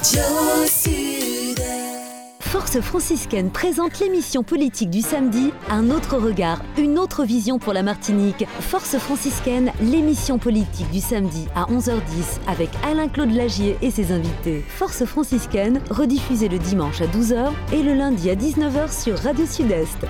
Force franciscaine présente l'émission politique du samedi, un autre regard, une autre vision pour la Martinique. Force franciscaine, l'émission politique du samedi à 11h10 avec Alain-Claude Lagier et ses invités. Force franciscaine, rediffusée le dimanche à 12h et le lundi à 19h sur Radio Sud-Est.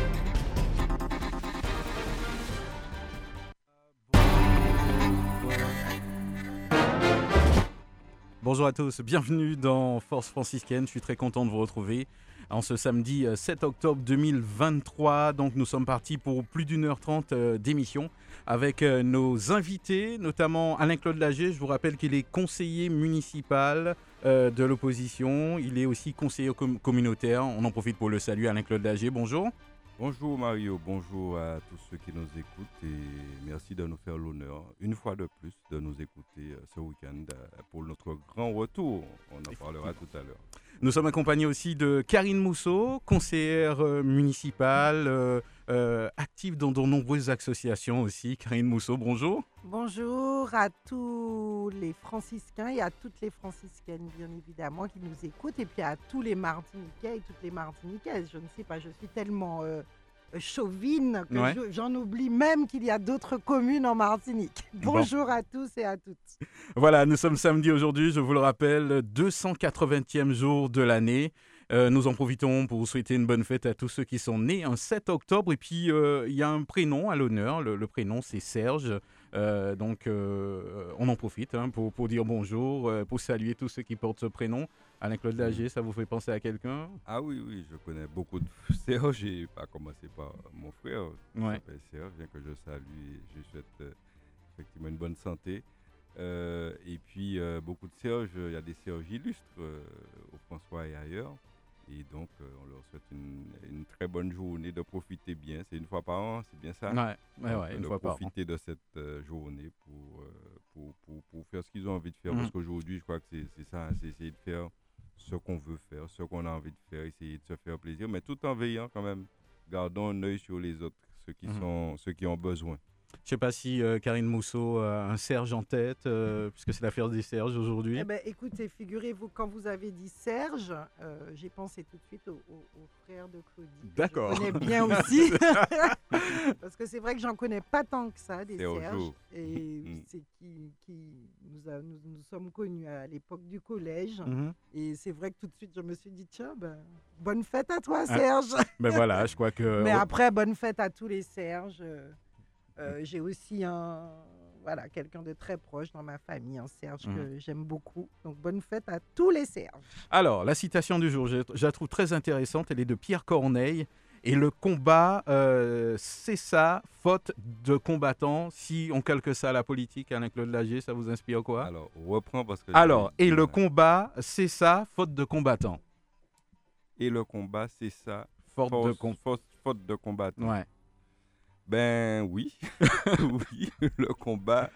Bonjour à tous, bienvenue dans Force franciscaine, je suis très content de vous retrouver en ce samedi 7 octobre 2023. Donc nous sommes partis pour plus d'1h30 d'émission avec nos invités, notamment Alain-Claude Lagier. Je vous rappelle qu'il est conseiller municipal de l'opposition, il est aussi conseiller communautaire. On en profite pour le saluer, Alain-Claude Lagier, bonjour. Bonjour Mario, bonjour à tous ceux qui nous écoutent et merci de nous faire l'honneur, une fois de plus, de nous écouter ce week-end pour notre grand retour. On en parlera tout à l'heure. Nous sommes accompagnés aussi de Karine Mousseau, conseillère municipale, active dans de nombreuses associations aussi. Karine Mousseau, bonjour. Bonjour à tous les franciscains et à toutes les franciscaines, bien évidemment, qui nous écoutent, et puis à tous les Martiniquais et toutes les Martiniquaises. Je ne sais pas, je suis tellement chauvine que j'en oublie même qu'il y a d'autres communes en Martinique. Bonjour à tous et à toutes. Voilà, nous sommes samedi aujourd'hui, je vous le rappelle, 280e jour de l'année. Nous en profitons pour vous souhaiter une bonne fête à tous ceux qui sont nés un 7 octobre. Et puis, il y a un prénom à l'honneur. Le prénom, c'est Serge. Donc, on en profite pour dire bonjour, pour saluer tous ceux qui portent ce prénom. Alain-Claude Lagier, ça vous fait penser à quelqu'un? Ah oui, je connais beaucoup de Serge. J'ai pas commencé par mon frère, qui s'appelle Serge, bien que je salue et je souhaite effectivement une bonne santé. Et puis, beaucoup de Serge, il y a des Serges illustres au François et ailleurs. Et donc, on leur souhaite une très bonne journée, de profiter bien. C'est une fois par an, c'est bien ça? Ouais, une fois par an. Profiter de cette journée pour faire ce qu'ils ont envie de faire. Parce qu'aujourd'hui, je crois que c'est ça, c'est essayer de faire ce qu'on veut faire, ce qu'on a envie de faire, essayer de se faire plaisir, mais tout en veillant quand même. Gardons un œil sur les autres, ceux qui ont besoin. Je ne sais pas si Karine Mousseau a un Serge en tête, puisque c'est l'affaire des Serges aujourd'hui. Eh ben, écoutez, figurez-vous, quand vous avez dit Serge, j'ai pensé tout de suite au frère de Claudie. D'accord. Je connais bien aussi. Parce que c'est vrai que j'en connais pas tant que ça, des Serges. Et c'est nous sommes connus à l'époque du collège. Et c'est vrai que tout de suite, je me suis dit, tiens, bonne fête à toi, Serge. Ben voilà, je crois que... Mais après, bonne fête à tous les Serges. J'ai aussi quelqu'un de très proche dans ma famille, un Serge que j'aime beaucoup. Donc, bonne fête à tous les Serges. Alors, la citation du jour, je la trouve très intéressante. Elle est de Pierre Corneille. Et le combat, c'est ça, faute de combattants. Si on calque ça à la politique, Alain-Claude Lagier, ça vous inspire quoi? Alors, reprends parce que... Alors, et le combat, c'est ça, faute de combattants. Et le combat, c'est ça, faute de combattants. Ouais. Ben oui, oui, le combat,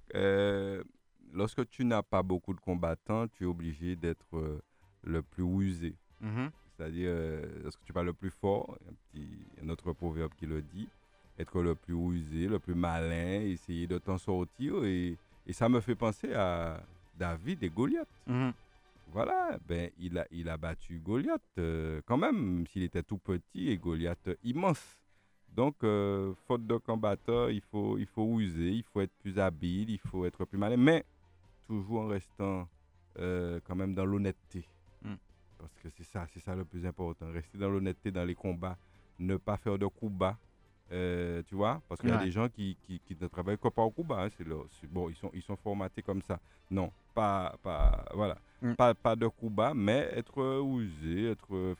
lorsque tu n'as pas beaucoup de combattants, tu es obligé d'être le plus rusé. C'est-à-dire, lorsque tu parles le plus fort, un autre proverbe qui le dit, être le plus rusé, le plus malin, essayer de t'en sortir. Et ça me fait penser à David et Goliath. Voilà, ben il a battu Goliath quand même, s'il était tout petit et Goliath immense. Donc, faute de combattant, il faut user, il faut être plus habile, il faut être plus malin, mais toujours en restant quand même dans l'honnêteté. Parce que c'est ça le plus important. Rester dans l'honnêteté dans les combats, ne pas faire de coups bas, tu vois, parce qu'il y a des gens qui ne travaillent que par coups bas. Ils sont formatés comme ça. Non, pas de coups bas, mais être usé,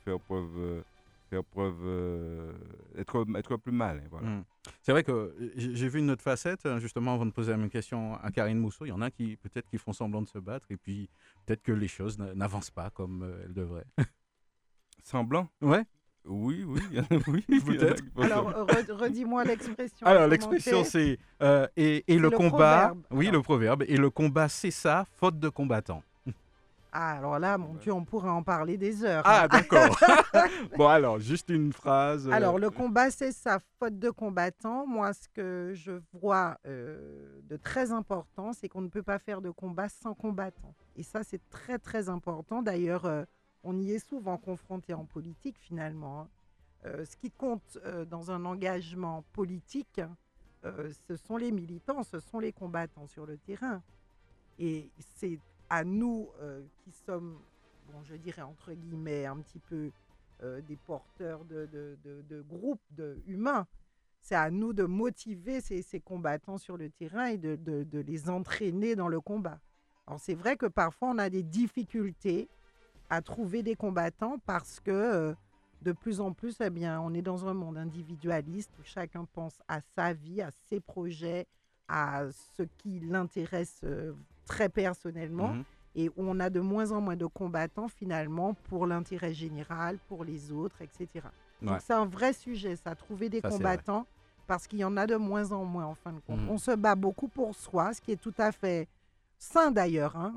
être plus malin. Voilà. C'est vrai que j'ai vu une autre facette, justement, avant de poser la même question à Karine Mousseau. Il y en a qui, peut-être, qui font semblant de se battre et puis peut-être que les choses n'avancent pas comme elles devraient. Semblant? Ouais. Oui, oui, peut-être. Alors, redis-moi l'expression. Alors, l'expression, c'est et le combat. Proverbe. Oui, le proverbe. Et le combat, c'est ça, faute de combattants. Ah, alors là, mon Dieu, on pourrait en parler des heures. Ah, d'accord. Bon, alors, juste une phrase. Alors, le combat, c'est ça, faute de combattants. Moi, ce que je vois de très important, c'est qu'on ne peut pas faire de combat sans combattants. Et ça, c'est très, très important. D'ailleurs, on y est souvent confronté en politique, finalement. Hein. Ce qui compte dans un engagement politique, ce sont les militants, ce sont les combattants sur le terrain. Et c'est à nous qui sommes, bon, je dirais entre guillemets, un petit peu des porteurs de groupes humains. C'est à nous de motiver ces combattants sur le terrain et de les entraîner dans le combat. Alors c'est vrai que parfois on a des difficultés à trouver des combattants parce que de plus en plus, eh bien, on est dans un monde individualiste où chacun pense à sa vie, à ses projets, à ce qui l'intéresse très personnellement. Et où on a de moins en moins de combattants finalement pour l'intérêt général, pour les autres, etc. Ouais. Donc c'est un vrai sujet, ça, trouver des combattants, parce qu'il y en a de moins en moins en fin de compte. On se bat beaucoup pour soi, ce qui est tout à fait sain d'ailleurs. Hein.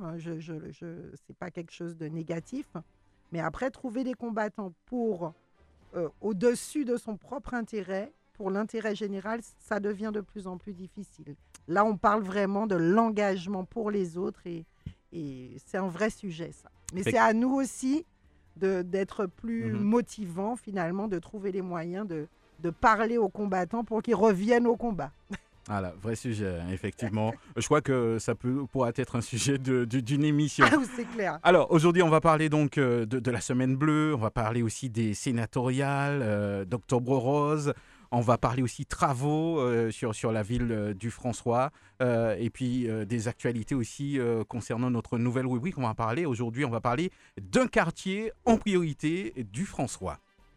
C'est pas quelque chose de négatif. Mais après, trouver des combattants pour au-dessus de son propre intérêt, pour l'intérêt général, ça devient de plus en plus difficile. Là, on parle vraiment de l'engagement pour les autres et c'est un vrai sujet, ça. Mais c'est à nous aussi d'être plus motivants, finalement, de trouver les moyens de parler aux combattants pour qu'ils reviennent au combat. Voilà, vrai sujet, effectivement. Je crois que ça pourra être un sujet d'une émission. Ah, c'est clair. Alors, aujourd'hui, on va parler donc de la Semaine bleue, on va parler aussi des sénatoriales, d'Octobre rose. On va parler aussi travaux sur la ville du François et puis des actualités aussi concernant notre nouvelle rubrique. On va parler aujourd'hui, on va parler d'un quartier en priorité du François.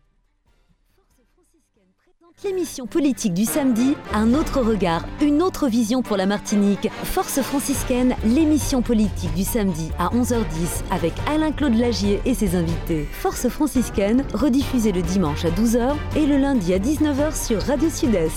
L'émission politique du samedi, un autre regard, une autre vision pour la Martinique. Force franciscaine, l'émission politique du samedi à 11h10 avec Alain-Claude Lagier et ses invités. Force franciscaine, rediffusée le dimanche à 12h et le lundi à 19h sur Radio Sud-Est.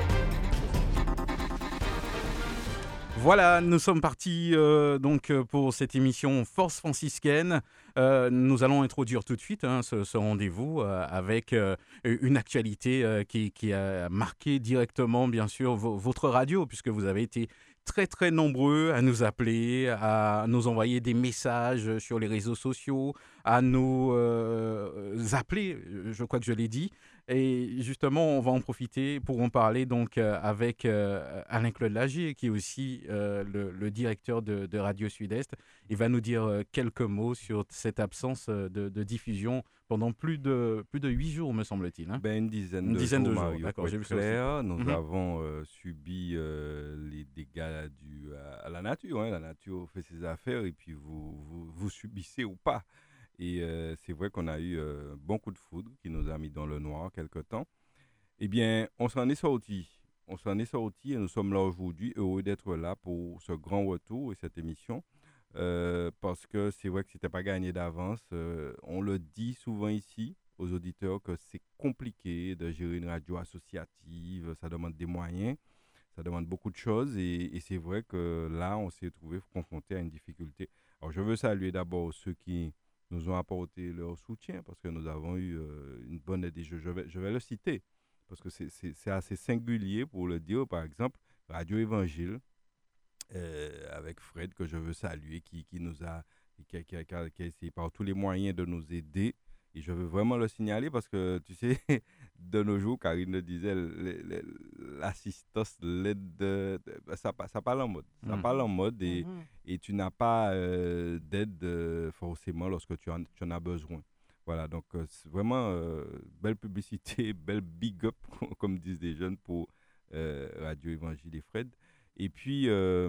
Voilà, nous sommes partis donc pour cette émission Force franciscaine. Nous allons introduire tout de suite ce rendez-vous avec une actualité qui a marqué directement, bien sûr, votre radio, puisque vous avez été très, très nombreux à nous appeler, à nous envoyer des messages sur les réseaux sociaux, à nous appeler, je crois que je l'ai dit. Et justement, on va en profiter pour en parler donc avec Alain-Claude Lagier, qui est aussi le directeur de Radio Sud-Est. Il va nous dire quelques mots sur cette absence de diffusion pendant plus de 8 jours, me semble-t-il. Hein. Une dizaine de jours. Mario, d'accord, j'ai vu ça. Nous avons subi les dégâts dus à la nature. Hein. La nature fait ses affaires et puis vous subissez ou pas. Et c'est vrai qu'on a eu bon coup de foudre qui nous a mis dans le noir quelque temps. Eh bien, on s'en est sorti. Et nous sommes là aujourd'hui, heureux d'être là pour ce grand retour et cette émission. Parce que c'est vrai que ce n'était pas gagné d'avance. On le dit souvent ici aux auditeurs que c'est compliqué de gérer une radio associative. Ça demande des moyens, ça demande beaucoup de choses. Et c'est vrai que là, on s'est trouvé confronté à une difficulté. Alors, je veux saluer d'abord ceux qui nous ont apporté leur soutien parce que nous avons eu une bonne aide. Je vais le citer parce que c'est assez singulier pour le dire. Par exemple, Radio Évangile, avec Fred, que je veux saluer, qui a essayé par tous les moyens de nous aider. Et je veux vraiment le signaler parce que, tu sais, de nos jours, Karine le disait, l'assistance, l'aide, ça parle en mode. Ça parle en mode et tu n'as pas d'aide forcément lorsque tu en as besoin. Voilà, donc c'est vraiment belle publicité, belle big up, comme disent les jeunes, pour Radio Évangile et Fred. Et puis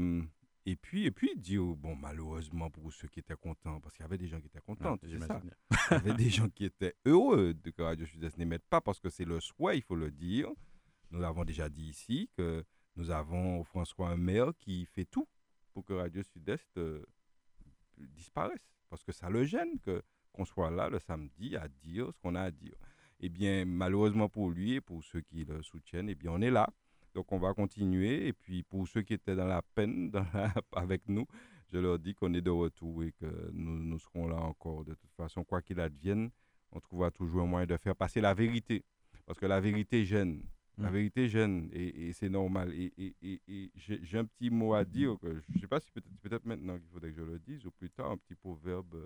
dire, bon, malheureusement pour ceux qui étaient contents, parce qu'il y avait des gens qui étaient contents, c'est ça. Il y avait des gens qui étaient heureux de que Radio Sud-Est n'émette pas, parce que c'est le souhait, il faut le dire. Nous l'avons déjà dit ici, que nous avons François un maire qui fait tout pour que Radio Sud-Est disparaisse, parce que ça le gêne qu'on soit là le samedi à dire ce qu'on a à dire. Eh bien, malheureusement pour lui et pour ceux qui le soutiennent, eh bien, on est là. Donc, on va continuer. Et puis, pour ceux qui étaient dans la peine avec nous, je leur dis qu'on est de retour et que nous seront là encore. De toute façon, quoi qu'il advienne, on trouvera toujours un moyen de faire passer la vérité. Parce que la vérité gêne. La vérité gêne et c'est normal. Et j'ai un petit mot à dire, que je ne sais pas si peut-être maintenant qu'il faudrait que je le dise, ou plus tard, un petit proverbe,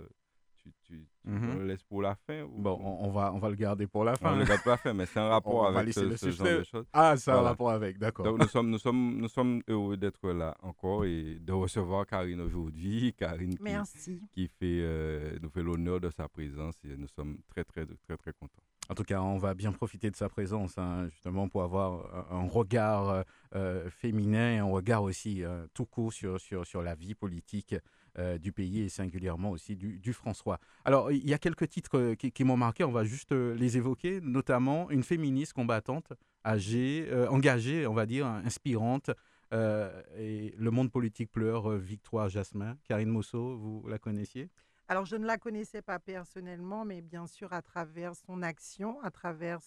on le laisse pour la fin. Bon, on va le garder pour la fin. On le garde pour la fin, mais c'est un rapport avec ce genre de choses. Ah, c'est un rapport avec, d'accord. Donc nous sommes heureux d'être là encore et de recevoir Karine aujourd'hui. Karine qui nous fait l'honneur de sa présence et nous sommes très, très, très, très contents. En tout cas, on va bien profiter de sa présence, justement, pour avoir un regard féminin et un regard aussi tout court sur la vie politique du pays et singulièrement aussi du François. Alors, il y a quelques titres qui m'ont marqué, on va juste les évoquer, notamment une féministe combattante, âgée, engagée, on va dire, inspirante. Et le monde politique pleure, Victoire Jasmin. Karine Mosso, vous la connaissiez ? Alors, je ne la connaissais pas personnellement, mais bien sûr à travers son action, à travers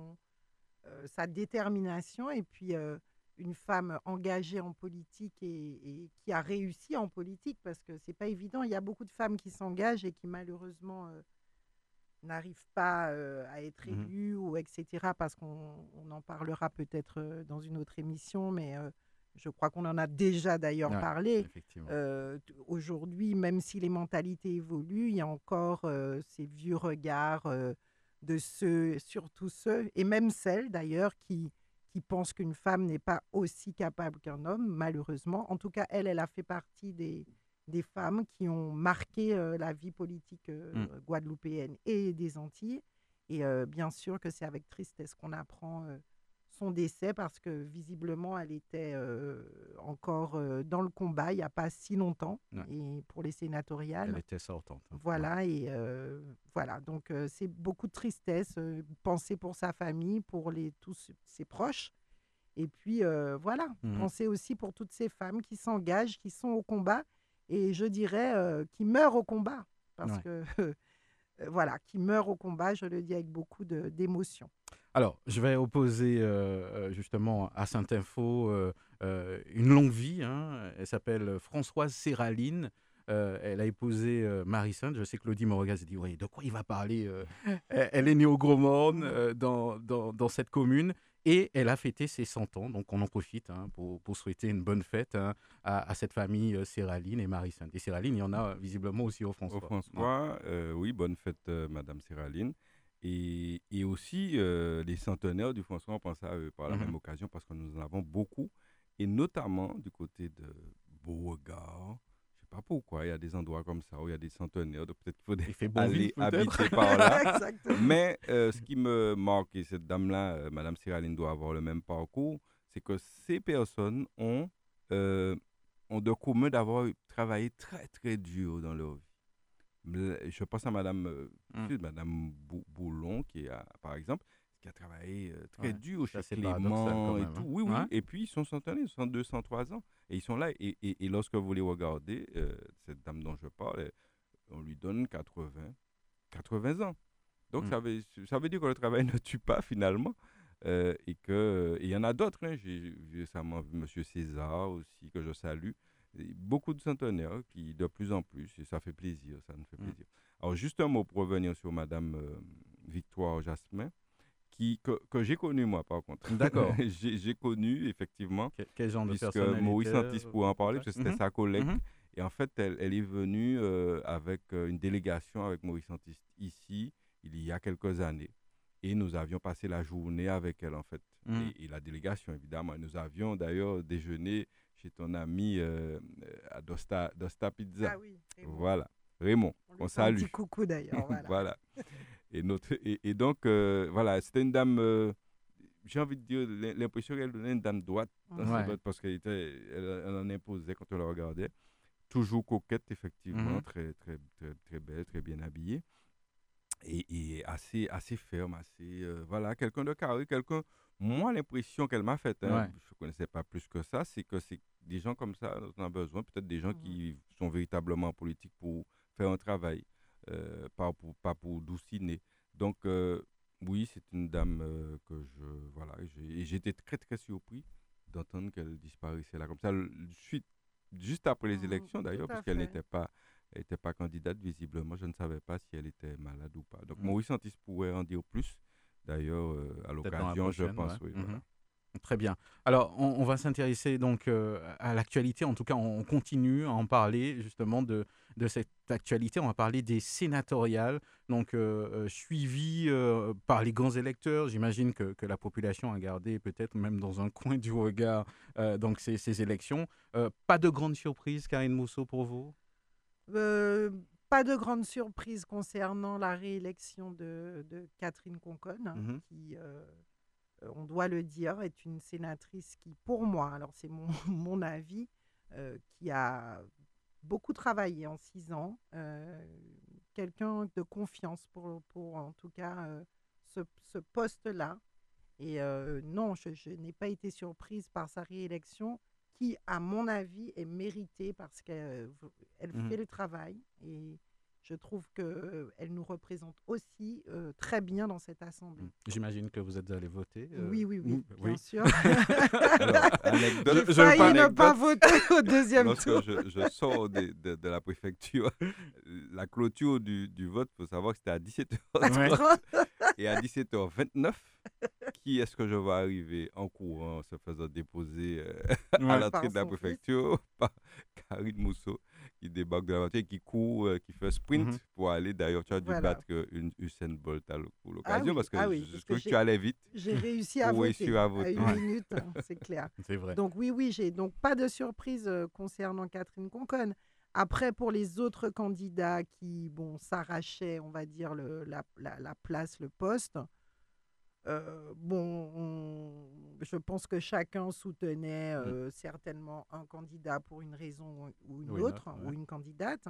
sa détermination, et puis une femme engagée en politique et qui a réussi en politique, parce que c'est pas évident. Il y a beaucoup de femmes qui s'engagent et qui malheureusement n'arrivent pas à être élues, ou etc., parce qu'on en parlera peut-être dans une autre émission, mais... je crois qu'on en a déjà d'ailleurs parlé. Aujourd'hui, même si les mentalités évoluent, il y a encore ces vieux regards de ceux, surtout ceux, et même celles d'ailleurs qui pensent qu'une femme n'est pas aussi capable qu'un homme, malheureusement. En tout cas, elle a fait partie des femmes qui ont marqué la vie politique guadeloupéenne et des Antilles. Et bien sûr que c'est avec tristesse qu'on apprend son décès, parce que visiblement elle était encore dans le combat il n'y a pas si longtemps, et pour les sénatoriales. Elle était sortante. Voilà, et voilà, donc c'est beaucoup de tristesse, penser pour sa famille, pour tous ses proches, et puis voilà, penser aussi pour toutes ces femmes qui s'engagent, qui sont au combat, et je dirais qui meurent au combat, parce que voilà, qui meurent au combat, je le dis avec beaucoup d'émotion. Alors, je vais opposer justement à Sainte-Info une longue vie. Elle s'appelle Françoise Séraline. Elle a épousé Marie-Sainte. Je sais que Claudie me regarde et dit, oui, de quoi il va parler Elle est née au Gros Morne, dans cette commune. Et elle a fêté ses 100 ans. Donc, on en profite pour souhaiter une bonne fête à cette famille Séraline et Marie-Sainte. Et Séraline, il y en a visiblement aussi au François. Au François, oui, bonne fête, Madame Séraline. Et aussi les centenaires du François, on pense à eux par la même occasion, parce que nous en avons beaucoup, et notamment du côté de Beauregard. Je ne sais pas pourquoi, il y a des endroits comme ça où il y a des centenaires, donc peut-être qu'il faudrait aller habiter par là. Mais ce qui me marque, et cette dame-là, Madame Séraline, doit avoir le même parcours, c'est que ces personnes ont de commun d'avoir travaillé très très dur dans leur vie. Je pense à Madame Boulon, par exemple, qui a travaillé très dur chez Clément et tout. Oui, oui. Et puis, ils sont centenaires, 102, 103 ans. Et ils sont là. Et lorsque vous les regardez, cette dame dont je parle, on lui donne 80 ans. Donc, ça veut dire que le travail ne tue pas, finalement. Et qu'il y en a d'autres. J'ai récemment vu M. César aussi, que je salue. Beaucoup de centenaires qui, de plus en plus, et ça fait plaisir, ça nous fait plaisir. Alors, juste un mot pour revenir sur Madame Victoire Jasmin, que j'ai connue, moi, par contre. D'accord. j'ai connu, effectivement, quel genre de puisque Maurice Santis pourrait en parler, parce que c'était sa collègue. Et en fait, elle est venue avec une délégation avec Maurice Santis ici, il y a quelques années. Et nous avions passé la journée avec elle, en fait. Et la délégation, évidemment. Nous avions d'ailleurs déjeuné chez ton ami à Dosta Pizza. Ah oui, Raymond. Voilà, Raymond, on salue. Un petit coucou d'ailleurs, voilà. Voilà. Et donc, voilà, c'était une dame, j'ai envie de dire, l'impression qu'elle donnait une dame droite, parce qu'elle en imposait quand on la regardait. Toujours coquette, effectivement, très, très, très, très belle, très bien habillée. Et assez ferme, voilà, quelqu'un de carré, moi, l'impression qu'elle m'a faite, je ne connaissais pas plus que ça, c'est que c'est des gens comme ça dont on a besoin, peut-être des gens qui sont véritablement politiques pour faire un travail, pas pour douciner. Donc, oui, c'est une dame j'étais très, très surpris d'entendre qu'elle disparaissait là, comme ça, juste après les élections d'ailleurs, parce qu'elle n'était pas Elle n'était pas candidate, visiblement. Je ne savais pas si elle était malade ou pas. Donc, Maurice Antiste pourrait en dire plus. D'ailleurs, à l'occasion, je pense. Ouais. Oui, voilà. Très bien. Alors, on va s'intéresser donc à l'actualité. En tout cas, on continue à en parler justement de cette actualité. On va parler des sénatoriales, donc suivies par les grands électeurs. J'imagine que la population a gardé peut-être même dans un coin du regard donc ces élections. Pas de grande surprise, Karine Mousseau, pour vous? Pas de grande surprise concernant la réélection de Catherine Conconne, qui, on doit le dire, est une sénatrice qui, pour moi, alors c'est mon avis, qui a beaucoup travaillé en 6 ans, quelqu'un de confiance pour en tout cas ce poste-là. Et non, je n'ai pas été surprise par sa réélection, qui, à mon avis, est méritée parce qu'elle fait le travail. Et je trouve qu'elle nous représente aussi très bien dans cette assemblée. J'imagine que vous êtes allé voter. Oui, bien sûr. Alors, anecdote, J'ai failli ne pas voter au deuxième tour. Lorsque je sors de la préfecture, la clôture du vote, il faut savoir que c'était à 17h30. Et à 17h29, qui est-ce que je vois arriver en courant, se faisant déposer à l'entrée de la préfecture par Karine Mousseau, qui débarque de la voiture, qui court, qui fait un sprint pour aller. D'ailleurs, tu as dû battre une Usain Bolt pour l'occasion, parce que je crois que tu allais vite. J'ai réussi à voter à 1 minute, c'est clair. C'est vrai. Donc oui, j'ai donc pas de surprise concernant Catherine Conconne. Après, pour les autres candidats qui s'arrachaient, on va dire, la place, le poste, je pense que chacun soutenait certainement un candidat pour une raison ou une autre, ou une candidate.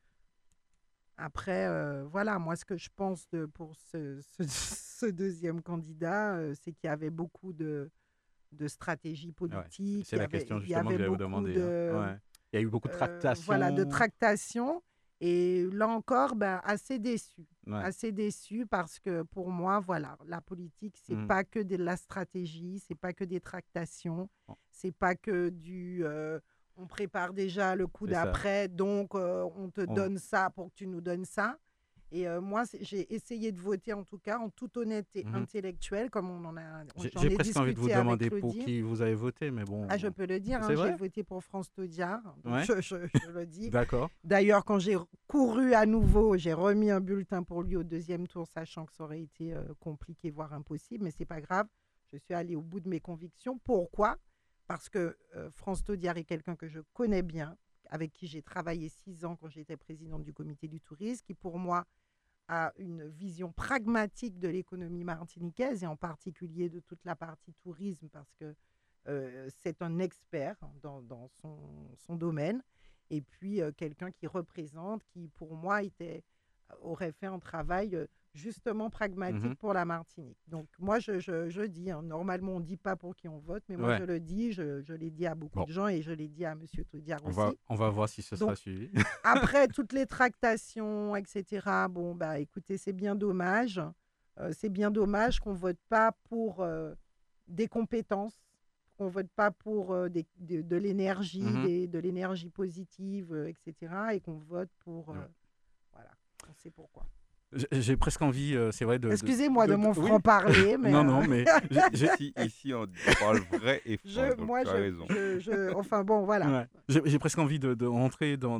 Après, voilà, moi, ce que je pense pour ce deuxième candidat, c'est qu'il y avait beaucoup de stratégie politique. Ouais, c'est la question justement que j'allais vous demander. Il y a eu beaucoup de tractations. Voilà, de tractations. Et là encore, assez déçu. Assez déçu parce que pour moi, voilà, la politique, c'est pas que de la stratégie, c'est pas que des tractations, c'est pas que on prépare déjà le coup d'après, donc on te donne ça pour que tu nous donnes ça. Et moi, j'ai essayé de voter, en tout cas, en toute honnêteté intellectuelle, comme j'ai presque envie de vous demander pour qui vous avez voté, mais bon... Ah, je peux le dire, j'ai voté pour France Taudiard, donc je le dis. D'accord. D'ailleurs, quand j'ai couru à nouveau, j'ai remis un bulletin pour lui au deuxième tour, sachant que ça aurait été compliqué, voire impossible, mais c'est pas grave. Je suis allée au bout de mes convictions. Pourquoi ? Parce que France Taudiard est quelqu'un que je connais bien, avec qui j'ai travaillé 6 ans quand j'étais présidente du comité du tourisme, qui pour moi a une vision pragmatique de l'économie martiniquaise et en particulier de toute la partie tourisme, parce que c'est un expert dans son domaine, et puis quelqu'un qui représente, qui pour moi aurait fait un travail justement pragmatique pour la Martinique. Donc moi je dis, normalement on ne dit pas pour qui on vote, mais moi je le dis, je l'ai dit à beaucoup de gens et je l'ai dit à M. Taudiard aussi. On va voir si ce sera suivi. Après toutes les tractations, etc., écoutez, c'est bien dommage. C'est bien dommage qu'on ne vote pas pour des compétences, qu'on ne vote pas pour de l'énergie, de l'énergie positive, etc., et qu'on vote pour... voilà, on sait pourquoi. J'ai presque envie, c'est vrai, excusez-moi de mon franc-parler, mais... Non, mais... Ici, on parle vrai et franc, donc tu as raison. Enfin bon, voilà. Ouais. J'ai presque envie de rentrer dans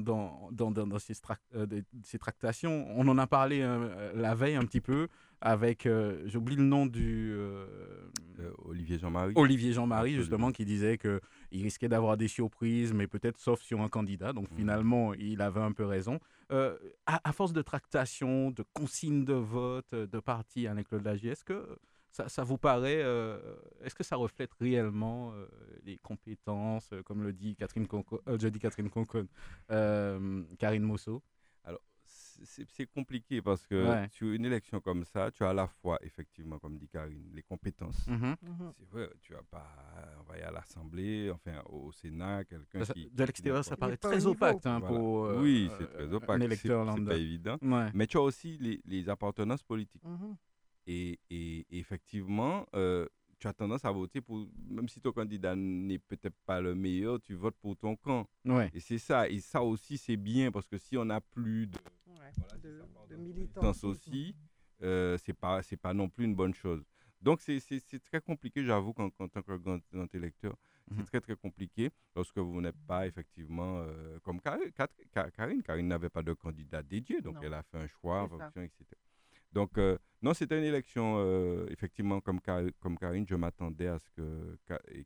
ces tractations. On en a parlé la veille un petit peu avec, j'oublie le nom du... Olivier Jean-Marie. Olivier Jean-Marie, justement, qui disait qu'il risquait d'avoir des surprises, mais peut-être sauf sur un candidat. Donc finalement, il avait un peu raison. À force de tractations, de consignes de vote, de partis, Alain-Claude Lagier, est-ce que ça vous paraît, est-ce que ça reflète réellement les compétences, comme le dit Catherine Conconne, Karine Mousseau? Alors, c'est compliqué parce que sur une élection comme ça, tu as à la fois, effectivement, comme dit Karine, les compétences. C'est vrai, tu vas pas envoyer à l'Assemblée, enfin au Sénat, quelqu'un qui... De l'extérieur, ça paraît très opaque pour oui, c'est très opaque, un électeur lambda. C'est pas évident. Mais tu as aussi les appartenances politiques. Et effectivement, tu as tendance à voter pour, même si ton candidat n'est peut-être pas le meilleur, tu votes pour ton camp. Ouais. Et c'est ça. Et ça aussi, c'est bien parce que si on n'a plus de, de militants aussi, c'est pas non plus une bonne chose. Donc, c'est très compliqué, j'avoue, qu'en tant que grand électeur, c'est très, très compliqué lorsque vous n'êtes pas effectivement comme Karine n'avait pas de candidat dédié, donc elle a fait un choix en fonction, etc. Donc, non, c'était une élection, effectivement, comme Karine, je m'attendais à ce que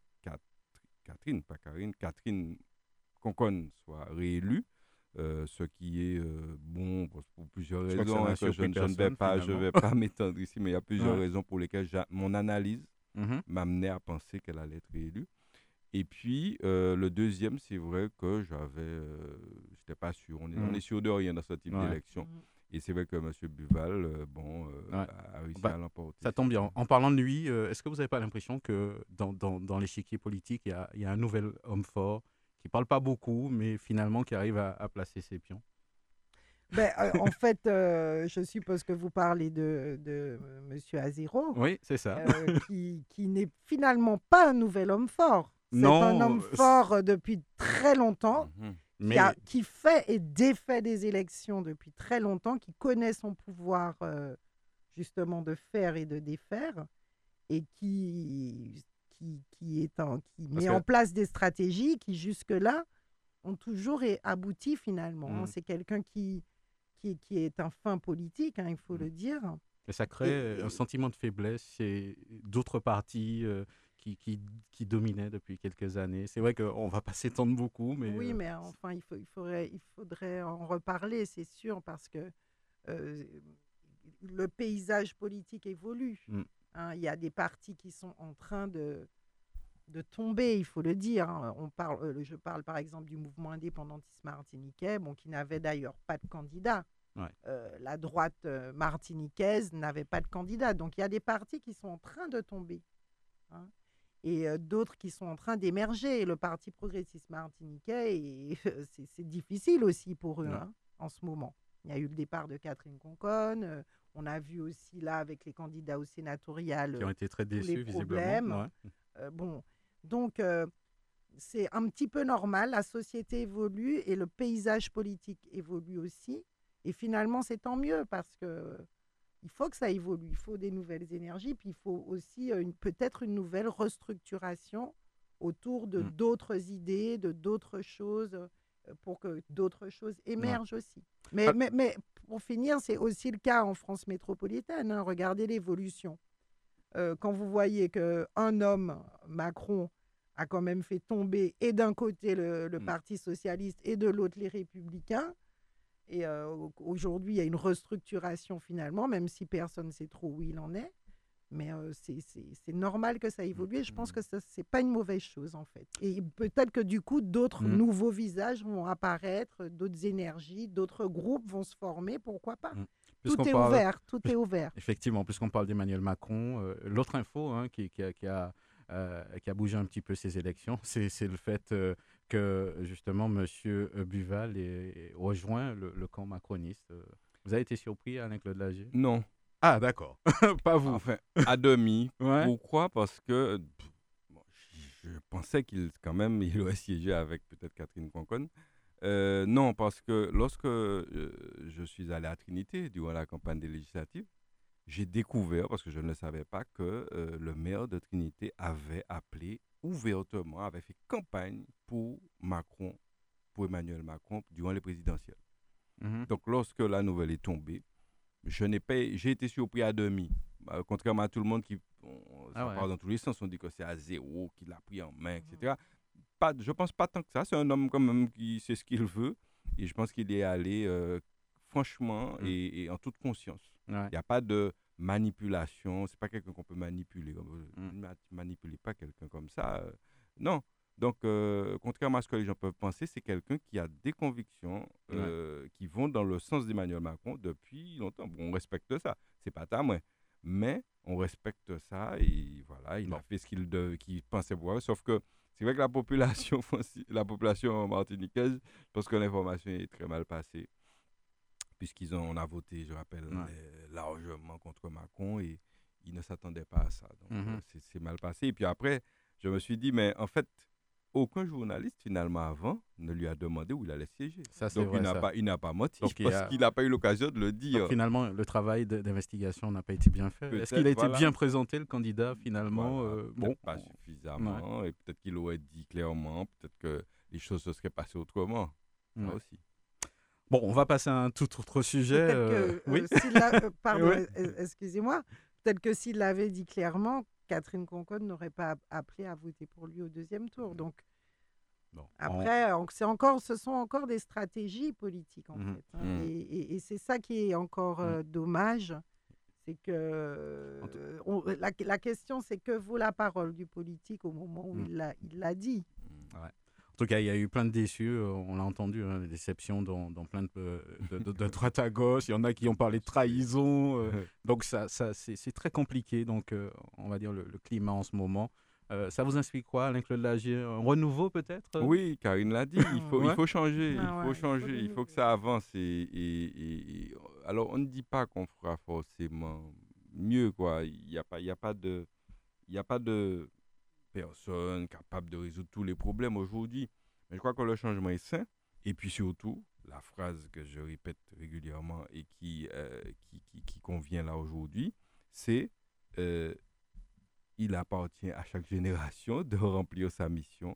Catherine Conconne soit réélue, ce qui est bon pour plusieurs raisons. Je ne vais pas m'étendre ici, mais il y a plusieurs raisons pour lesquelles mon analyse m'amenait à penser qu'elle allait être réélue. Et puis, le deuxième, c'est vrai que je n'étais pas sûr. On est sûr de rien dans ce type d'élection. Et c'est vrai que M. Buval, a réussi à l'emporter. Ça tombe bien. En parlant de lui, est-ce que vous n'avez pas l'impression que dans l'échiquier politique, il y a un nouvel homme fort qui ne parle pas beaucoup, mais finalement qui arrive à placer ses pions? En fait, je suppose que vous parlez de M. Azero. Oui, c'est ça. Qui n'est finalement pas un nouvel homme fort. C'est un homme fort depuis très longtemps. Qui fait et défait des élections depuis très longtemps, qui connaît son pouvoir justement de faire et de défaire, et qui met en place des stratégies qui jusque-là ont toujours abouti finalement. C'est quelqu'un qui est un fin politique, il faut le dire. Et ça crée un sentiment de faiblesse chez d'autres partis qui dominaient depuis quelques années. C'est vrai qu'on ne va pas s'étendre beaucoup, mais... Oui, mais enfin, il faudrait en reparler, c'est sûr, parce que le paysage politique évolue. Il y a des partis qui sont en train de tomber, il faut le dire. Je parle par exemple du mouvement indépendantiste martiniquais, qui n'avait d'ailleurs pas de candidat. La droite martiniquaise n'avait pas de candidat. Donc il y a des partis qui sont en train de tomber. Et d'autres qui sont en train d'émerger. Le Parti progressiste martiniquais, c'est difficile aussi pour eux en ce moment. Il y a eu le départ de Catherine Conconne. On a vu aussi là avec les candidats au sénatorial qui ont été très déçus, les problèmes. Donc c'est un petit peu normal. La société évolue et le paysage politique évolue aussi. Et finalement, c'est tant mieux parce que il faut que ça évolue, il faut des nouvelles énergies, puis il faut aussi peut-être une nouvelle restructuration autour de d'autres idées, de d'autres choses, pour que d'autres choses émergent aussi. Mais pour finir, c'est aussi le cas en France métropolitaine. Regardez l'évolution. Quand vous voyez qu'un homme, Macron, a quand même fait tomber et d'un côté le Parti socialiste et de l'autre les Républicains, et aujourd'hui, il y a une restructuration finalement, même si personne ne sait trop où il en est. Mais c'est normal que ça évolue et je pense que ce n'est pas une mauvaise chose en fait. Et peut-être que du coup, d'autres nouveaux visages vont apparaître, d'autres énergies, d'autres groupes vont se former, pourquoi pas. Tout est ouvert. Effectivement, puisqu'on parle d'Emmanuel Macron, l'autre info qui a bougé un petit peu ces élections, c'est le fait que justement M. Buval ait rejoint le camp macroniste. Vous avez été surpris, Alain-Claude Lagier? Non. Ah, d'accord. Pas vous. Enfin, à demi. Pourquoi? Parce que je pensais qu'il aurait siégé avec peut-être Catherine Conconne. Non, parce que lorsque je suis allé à Trinité durant la campagne des législatives, j'ai découvert, parce que je ne le savais pas, que le maire de Trinité avait appelé ouvertement, avait fait campagne pour Emmanuel Macron durant les présidentielles. Donc, lorsque la nouvelle est tombée, j'ai été surpris à demi. Contrairement à tout le monde parle dans tous les sens, on dit que c'est Azero qui l'a pris en main, etc. Je ne pense pas tant que ça. C'est un homme quand même qui sait ce qu'il veut. Et je pense qu'il est allé franchement et en toute conscience. Il n'y a pas de manipulation. Ce n'est pas quelqu'un qu'on peut manipuler. Ne manipulez pas quelqu'un comme ça. Non. Donc, contrairement à ce que les gens peuvent penser, c'est quelqu'un qui a des convictions qui vont dans le sens d'Emmanuel Macron depuis longtemps. Bon, on respecte ça. Ce n'est pas ta main. Mais on respecte ça et voilà, il a fait ce qu'il pensait pouvoir. Sauf que c'est vrai que la population martiniquaise, je pense que l'information est très mal passée. Puisqu'on a voté, je rappelle, largement contre Macron et il ne s'attendait pas à ça. Donc, c'est mal passé. Et puis après, je me suis dit, mais en fait, aucun journaliste, finalement, avant, ne lui a demandé où il allait siéger. Ça, donc, vrai, il n'a pas menti donc, parce qu'il n'a pas eu l'occasion de le dire. Donc, finalement, le travail d'investigation n'a pas été bien fait. Est-ce qu'il a été bien présenté, le candidat, finalement pas suffisamment. Et peut-être qu'il aurait dit clairement, peut-être que les choses se seraient passées autrement. Ça aussi. Bon, on va passer à un tout autre sujet. Pardon, excusez-moi. Peut-être que s'il l'avait dit clairement, Catherine Conconne n'aurait pas appelé à voter pour lui au deuxième tour. Donc, après, ce sont encore des stratégies politiques, en fait. Hein. Et c'est ça qui est encore dommage. C'est que la question, c'est que vaut la parole du politique au moment où il l'a dit. Ouais. En tout cas, il y a eu plein de déçus, on l'a entendu, des déceptions dans plein de droite à gauche. Il y en a qui ont parlé de trahison. Donc, c'est très compliqué. Donc, on va dire le climat en ce moment. Ça vous inspire quoi, Alain-Claude Lagier? Un renouveau peut-être? Oui, Karine l'a dit, il faut changer. Il faut que ça avance. Alors, on ne dit pas qu'on fera forcément mieux, quoi. Il n'y a pas de personne capable de résoudre tous les problèmes aujourd'hui. Mais je crois que le changement est sain. Et puis surtout, la phrase que je répète régulièrement et qui convient là aujourd'hui, c'est il appartient à chaque génération de remplir sa mission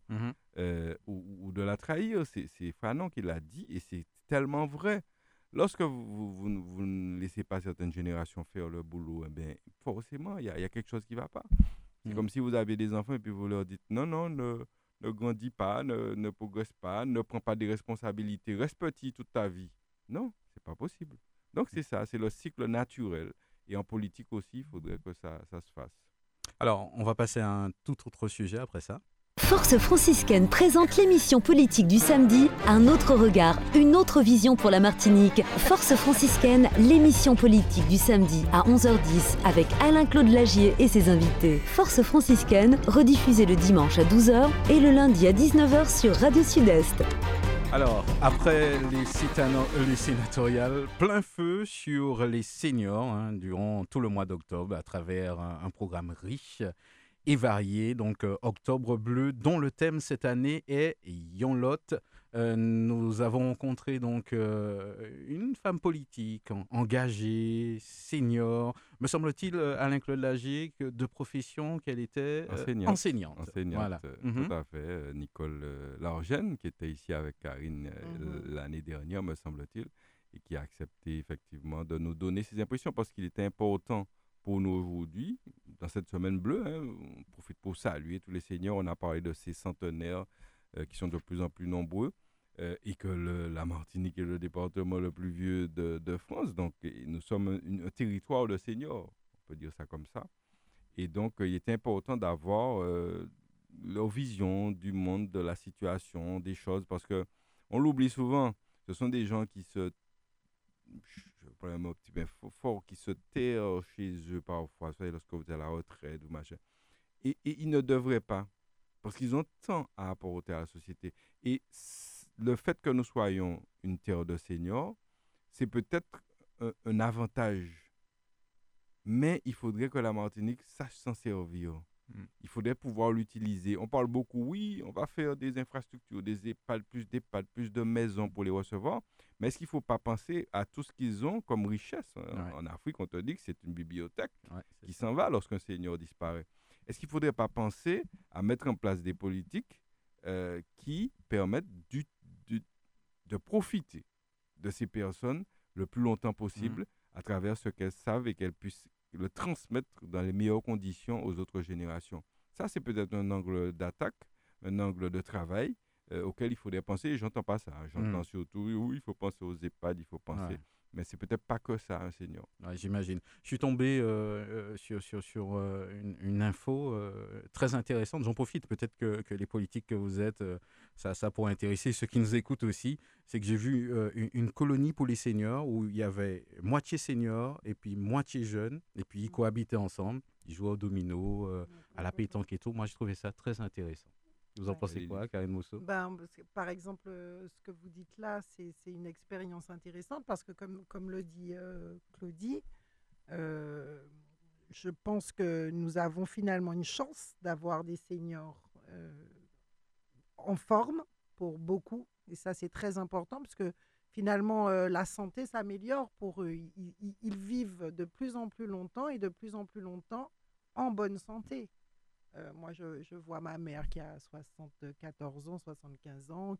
ou de la trahir. C'est Fanon qui l'a dit et c'est tellement vrai. Lorsque vous ne laissez pas certaines générations faire le boulot, eh bien, forcément, il y a quelque chose qui ne va pas. C'est comme si vous avez des enfants et puis vous leur dites non, ne grandis pas, ne progresse pas, ne prends pas des responsabilités, reste petit toute ta vie. Non, c'est pas possible. Donc c'est ça, c'est le cycle naturel. Et en politique aussi, il faudrait que ça se fasse. Alors, on va passer à un tout autre sujet après ça. Force franciscaine présente l'émission politique du samedi, un autre regard, une autre vision pour la Martinique. Force franciscaine, l'émission politique du samedi à 11h10 avec Alain-Claude Lagier et ses invités. Force franciscaine, rediffusée le dimanche à 12h et le lundi à 19h sur Radio Sud-Est. Alors, après les sénatoriales, plein feu sur les seniors durant tout le mois d'octobre à travers un programme riche et varié, donc Octobre Bleu, dont le thème cette année est Yonlot. Nous avons rencontré donc une femme politique engagée, senior, me semble-t-il, Alain-Claude Lagier, de profession qu'elle était enseignante. Voilà. Tout à fait. Nicole Largène, qui était ici avec Karine l'année dernière, me semble-t-il, et qui a accepté effectivement de nous donner ses impressions parce qu'il était important pour nous aujourd'hui, dans cette semaine bleue, on profite pour saluer tous les seniors. On a parlé de ces centenaires qui sont de plus en plus nombreux et que la Martinique est le département le plus vieux de France. Donc, nous sommes un territoire de seniors, on peut dire ça comme ça. Et donc, il est important d'avoir leur vision du monde, de la situation, des choses, parce qu'on l'oublie souvent. Ce sont des gens qui se... Je prends un mot petit peu fort, qui se terrent chez eux parfois, soit lorsque vous êtes à la retraite ou machin. Et ils ne devraient pas, parce qu'ils ont tant à apporter à la société. Et le fait que nous soyons une terre de seniors, c'est peut-être un avantage. Mais il faudrait que la Martinique sache s'en servir. Il faudrait pouvoir l'utiliser. On parle beaucoup, oui, on va faire des infrastructures, des EHPAD, plus de maisons pour les recevoir. Mais est-ce qu'il ne faut pas penser à tout ce qu'ils ont comme richesse? En Afrique, on te dit que c'est une bibliothèque qui s'en va lorsqu'un senior disparaît. Est-ce qu'il ne faudrait pas penser à mettre en place des politiques qui permettent de profiter de ces personnes le plus longtemps possible à travers ce qu'elles savent et qu'elles puissent le transmettre dans les meilleures conditions aux autres générations? Ça, c'est peut-être un angle d'attaque, un angle de travail auquel il faudrait penser. Et j'entends pas ça. J'entends surtout, oui, il faut penser aux EHPAD, il faut penser. Ouais. Mais c'est peut-être pas que ça, un senior. Ouais, j'imagine. Je suis tombé sur une info très intéressante. J'en profite, peut-être que les politiques que vous êtes, ça pourrait intéresser ceux qui nous écoutent aussi. C'est que j'ai vu une colonie pour les seniors où il y avait moitié seniors et puis moitié jeunes. Et puis ils cohabitaient ensemble. Ils jouaient au domino, à la pétanque et tout. Moi, je trouvais ça très intéressant. Vous en pensez quoi, Karine Mousseau? Par exemple, ce que vous dites là, c'est une expérience intéressante parce que, comme le dit Claudie, je pense que nous avons finalement une chance d'avoir des seniors en forme pour beaucoup. Et ça, c'est très important parce que finalement, la santé s'améliore pour eux. Ils vivent de plus en plus longtemps et de plus en plus longtemps en bonne santé. Moi, je vois ma mère qui a 74 ans, 75 ans,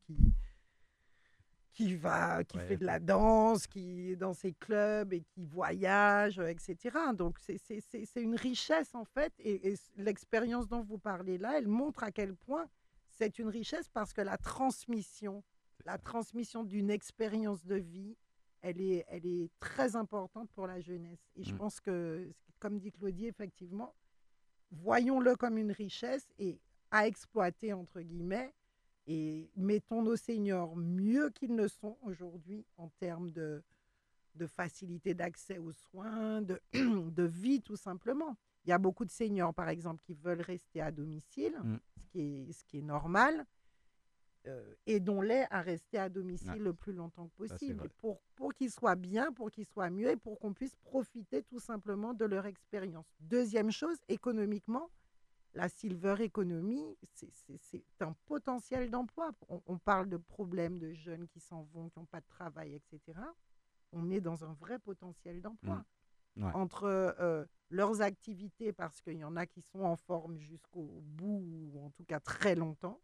qui fait de la danse, qui est dans ses clubs et qui voyage, etc. Donc, c'est une richesse, en fait. Et l'expérience dont vous parlez là, elle montre à quel point c'est une richesse parce que la transmission d'une expérience de vie, elle est très importante pour la jeunesse. Et je pense que, comme dit Claudie, effectivement, voyons-le comme une richesse et à exploiter, entre guillemets, et mettons nos seniors mieux qu'ils ne sont aujourd'hui en termes de facilité d'accès aux soins, de vie tout simplement. Il y a beaucoup de seniors, par exemple, qui veulent rester à domicile, ce qui est normal, aidons-les à rester à domicile le plus longtemps que possible pour qu'ils soient bien, pour qu'ils soient mieux et pour qu'on puisse profiter tout simplement de leur expérience. Deuxième chose, économiquement, la silver economy, c'est un potentiel d'emploi. On parle de problèmes de jeunes qui s'en vont, qui n'ont pas de travail, etc. On est dans un vrai potentiel d'emploi. Entre leurs activités, parce qu'il y en a qui sont en forme jusqu'au bout, ou en tout cas très longtemps,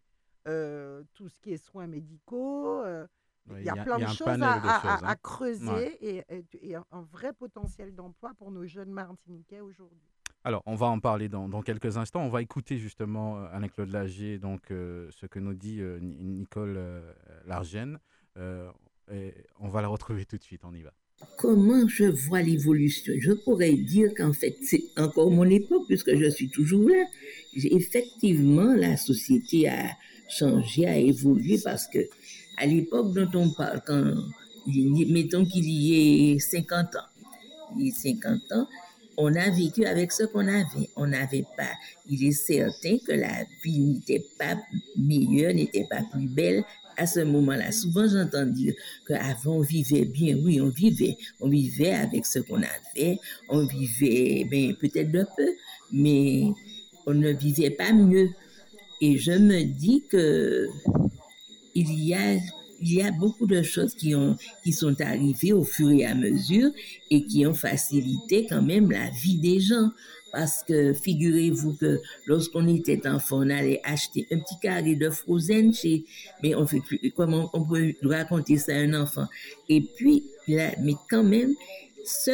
tout ce qui est soins médicaux, il y a plein de choses à creuser et un vrai potentiel d'emploi pour nos jeunes Martiniquais aujourd'hui. Alors, on va en parler dans quelques instants. On va écouter justement Anne-Claude Lagier, donc ce que nous dit Nicole Largène. Et on va la retrouver tout de suite, on y va. Comment je vois l'évolution? Je pourrais dire qu'en fait, c'est encore mon époque, puisque je suis toujours là. Effectivement, la société a changé, a évolué, parce que à l'époque dont on parle, mettons qu'il y ait 50 ans, on a vécu avec ce qu'on avait. On n'avait pas. Il est certain que la vie n'était pas meilleure, n'était pas plus belle à ce moment-là. Souvent, j'entends dire qu'avant, on vivait bien. Oui, on vivait avec ce qu'on avait. On vivait peut-être de peu, mais on ne vivait pas mieux. Et je me dis que il y a beaucoup de choses qui sont arrivées au fur et à mesure et qui ont facilité quand même la vie des gens. Parce que figurez-vous que lorsqu'on était enfant, on allait acheter un petit carré de frozen mais on fait plus, comment on peut raconter ça à un enfant? Et puis, là, mais quand même, ce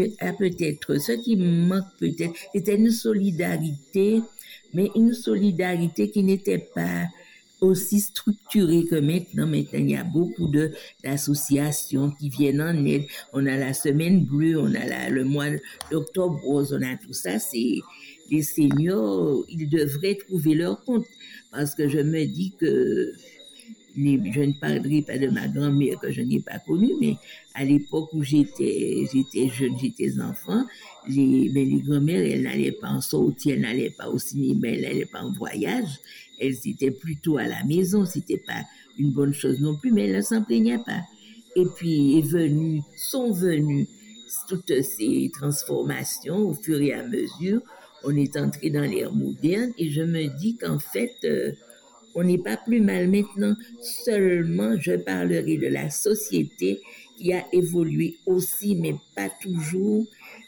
qui manque peut-être, c'était une solidarité, mais une solidarité qui n'était pas aussi structurée que maintenant. Maintenant, il y a beaucoup d'associations qui viennent en aide. On a la Semaine Bleue, on a le mois d'Octobre Rose, on a tout ça. C'est les seniors, ils devraient trouver leur compte. Parce que je me dis que je ne parlerai pas de ma grand-mère que je n'ai pas connue, mais à l'époque où j'étais jeune, j'étais enfant, les grand-mères, elles n'allaient pas en sortie, elles n'allaient pas au cinéma, elles n'allaient pas en voyage. Elles étaient plutôt à la maison, c'était pas une bonne chose non plus, mais elles ne s'en plaignaient pas. Et puis sont venues toutes ces transformations au fur et à mesure. On est entré dans l'ère moderne et je me dis qu'en fait, on n'est pas plus mal maintenant. Seulement, je parlerai de la société qui a évolué aussi, mais pas toujours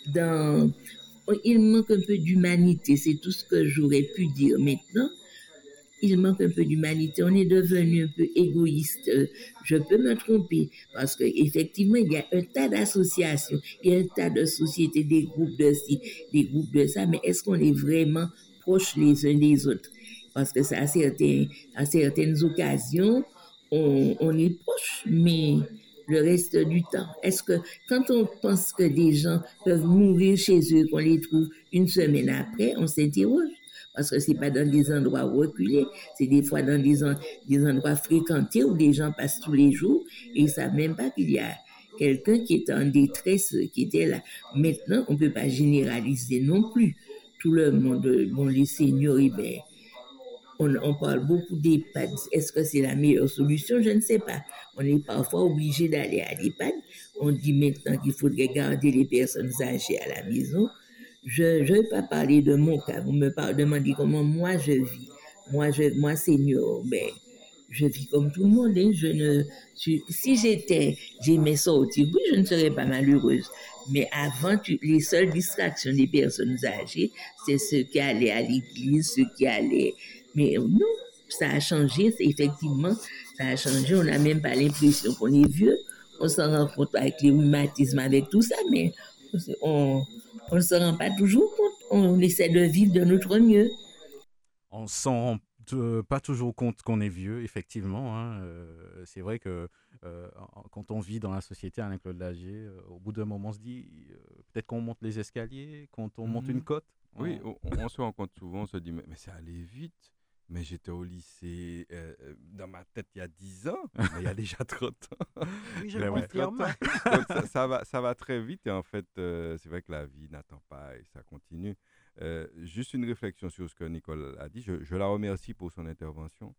il manque un peu d'humanité, c'est tout ce que j'aurais pu dire maintenant. Il manque un peu d'humanité. On est devenu un peu égoïste. Je peux me tromper parce qu'effectivement, il y a un tas d'associations, il y a un tas de sociétés, des groupes de ci, des groupes de ça, mais est-ce qu'on est vraiment proches les uns des autres? Parce que à certaines occasions, on est proches, mais le reste du temps, est-ce que quand on pense que des gens peuvent mourir chez eux, qu'on les trouve une semaine après, on s'interroge? Parce que ce n'est pas dans des endroits reculés, c'est des fois dans des endroits fréquentés où des gens passent tous les jours et ils ne savent même pas qu'il y a quelqu'un qui est en détresse, qui était là. Maintenant, on ne peut pas généraliser non plus. Tout le monde, les seniors, on parle beaucoup d'EHPAD. Est-ce que c'est la meilleure solution? Je ne sais pas. On est parfois obligé d'aller à l'EHPAD. On dit maintenant qu'il faudrait garder les personnes âgées à la maison. Je ne vais pas parler de mon cas. Vous me demandez comment moi je vis. Moi, Seigneur, ben, je vis comme tout le monde. Hein. Si j'aimais sortir, oui, je ne serais pas malheureuse. Mais avant, les seules distractions des personnes âgées, c'est ceux qui allaient à l'église, ceux qui allaient. Mais non, ça a changé, effectivement, ça a changé. On n'a même pas l'impression qu'on est vieux. On s'en rend compte avec les rhumatismes, avec tout ça, mais on ne se rend pas toujours compte. On essaie de vivre de notre mieux. On s'en rend pas toujours compte qu'on est vieux, effectivement. Hein. C'est vrai que quand on vit dans la société, Alain Claude Lagier, au bout d'un moment, on se dit peut-être qu'on monte les escaliers, quand on monte une côte. Oui, on se rend compte souvent, on se dit mais ça allait vite. Mais j'étais au lycée, dans ma tête, il y a 10 ans, mais il y a déjà 30 ans. Oui, je le confirme. Donc ça va très vite et en fait, c'est vrai que la vie n'attend pas et ça continue. Juste une réflexion sur ce que Nicole a dit. Je la remercie pour son intervention,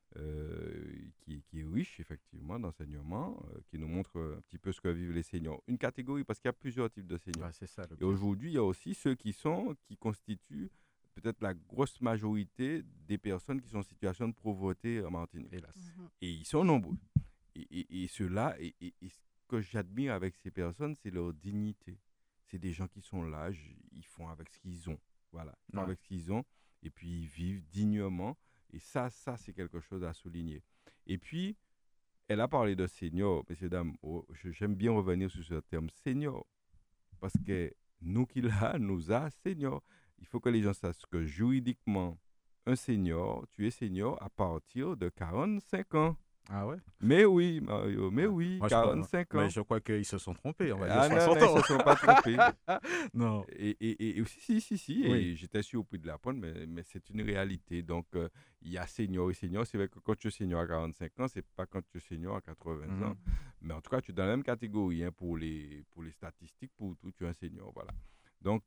qui est riche effectivement d'enseignement, qui nous montre un petit peu ce que vivent les seniors. Une catégorie, parce qu'il y a plusieurs types de seniors. Ouais, c'est ça, et aujourd'hui, il y a aussi ceux qui constituent peut-être la grosse majorité des personnes qui sont en situation de pauvreté en Martinique. Hélas. Et ils sont nombreux. Et ceux-là, et ce que j'admire avec ces personnes, c'est leur dignité. C'est des gens qui sont là, ils font avec ce qu'ils ont. Voilà, ils font avec ce qu'ils ont, et puis ils vivent dignement. Et ça c'est quelque chose à souligner. Et puis, elle a parlé de senior, messieurs, dames. J'aime bien revenir sur ce terme senior, parce que nous qui l'a, nous a senior. Il faut que les gens sachent que juridiquement, un senior, tu es senior à partir de 45 ans. Ah ouais? Mais oui, Mario, mais oui, Moi, 45 ans. Mais je crois qu'ils se sont trompés, on va dire 60 non, ans. ils ne se sont pas trompés. Non. Et si. Oui. Et j'étais surpris de l'apprendre, mais c'est une réalité. Donc, il y a senior et senior. C'est vrai que quand tu es senior à 45 ans, c'est pas quand tu es senior à 80 ans. Mais en tout cas, tu es dans la même catégorie hein, pour les statistiques, pour tout, tu es un senior. Voilà. Donc,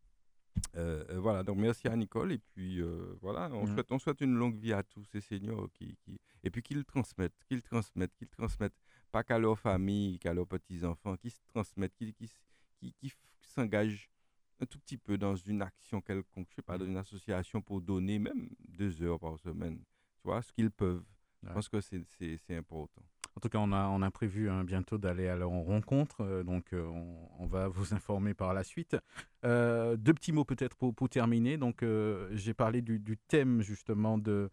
voilà, donc merci à Nicole et puis voilà, on souhaite une longue vie à tous ces seniors et puis qu'ils transmettent, pas qu'à leur famille, qu'à leurs petits-enfants, qu'ils se transmettent, qu'ils s'engagent un tout petit peu dans une action quelconque, je sais pas, dans une association pour donner même 2 heures par semaine, tu vois, ce qu'ils peuvent. Je pense que c'est important. En tout cas, on a prévu bientôt d'aller à leur rencontre, donc on va vous informer par la suite. 2 petits mots peut-être pour terminer. Donc, j'ai parlé du thème justement de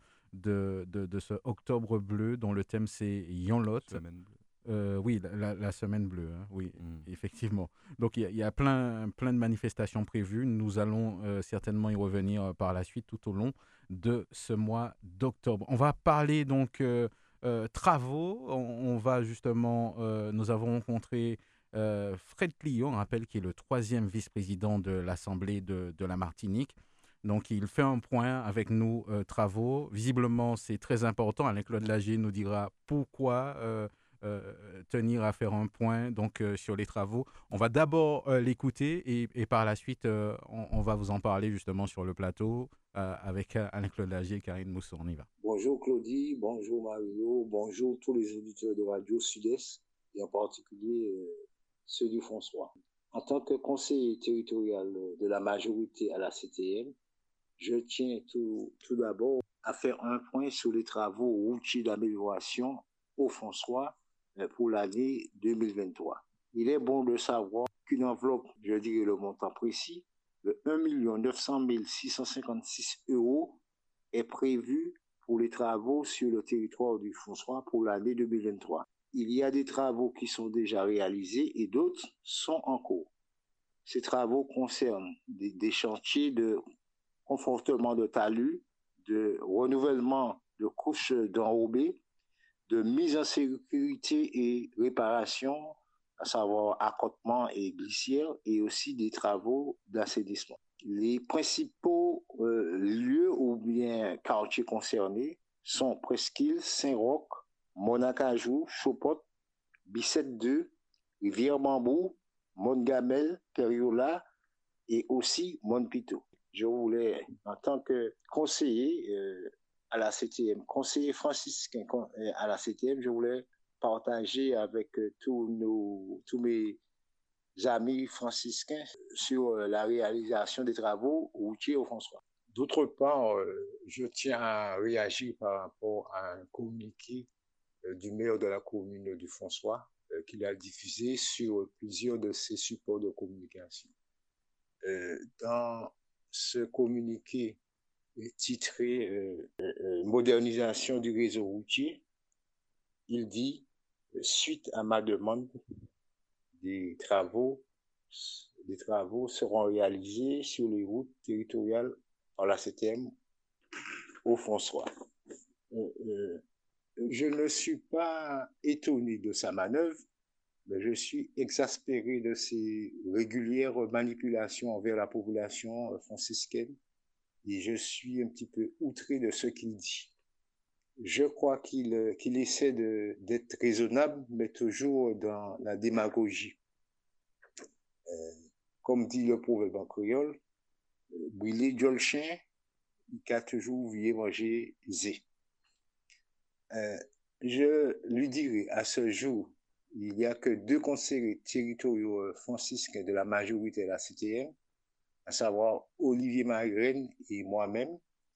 ce Octobre bleu, dont le thème c'est Yonlot. Semaine bleue. Oui, la semaine bleue, hein, oui, effectivement. Donc, il y a plein de manifestations prévues. Nous allons certainement y revenir par la suite tout au long de ce mois d'octobre. On va parler donc travaux. On va justement, nous avons rencontré Fred Clio, on rappelle qu'il est le 3e vice-président de l'Assemblée de la Martinique. Donc, il fait un point avec nous, travaux. Visiblement, c'est très important. Alain-Claude Lagier nous dira pourquoi tenir à faire un point donc, sur les travaux. On va d'abord l'écouter et par la suite, on va vous en parler justement sur le plateau avec Alain-Claude Lagier et Karine Mousseau. On y va. Bonjour Claudie, bonjour Mario, bonjour tous les auditeurs de Radio Sud-Est et en particulier ceux du François. En tant que conseiller territorial de la majorité à la CTM, je tiens tout d'abord à faire un point sur les travaux routiers d'amélioration au François pour l'année 2023. Il est bon de savoir qu'une enveloppe, je dirais le montant précis, de 1 900 656 € est prévue pour les travaux sur le territoire du François pour l'année 2023. Il y a des travaux qui sont déjà réalisés et d'autres sont en cours. Ces travaux concernent des chantiers de confortement de talus, de renouvellement de couches d'enrobés, de mise en sécurité et réparation, à savoir accotement et glissière, et aussi des travaux d'assainissement. Les principaux lieux ou bien quartiers concernés sont Presqu'île, Saint-Roch, Monacajou, Chopot, Bicêtre 2, Rivière-Bambou, Montgamel, Périola et aussi Montpito. Je voulais, en tant que conseiller à la CTM, conseiller franciscain à la CTM, je voulais partager avec tous mes amis franciscains sur la réalisation des travaux routiers au François. D'autre part, je tiens à réagir par rapport à un communiqué du maire de la commune du François qu'il a diffusé sur plusieurs de ses supports de communication. Dans ce communiqué titré Modernisation du réseau routier, il dit, suite à ma demande, des travaux seront réalisés sur les routes territoriales par la CTM au François. Je ne suis pas étonné de sa manœuvre, mais je suis exaspéré de ses régulières manipulations envers la population franciscaine et je suis un petit peu outré de ce qu'il dit. Je crois qu'il essaie d'être raisonnable, mais toujours dans la démagogie. Comme dit le proverbe en créole, brûler le chien, il a toujours voulu manger zé. Je lui dirai à ce jour, il n'y a que 2 conseillers territoriaux franciscains de la majorité de la CTM, à savoir Olivier Marigraine et moi-même,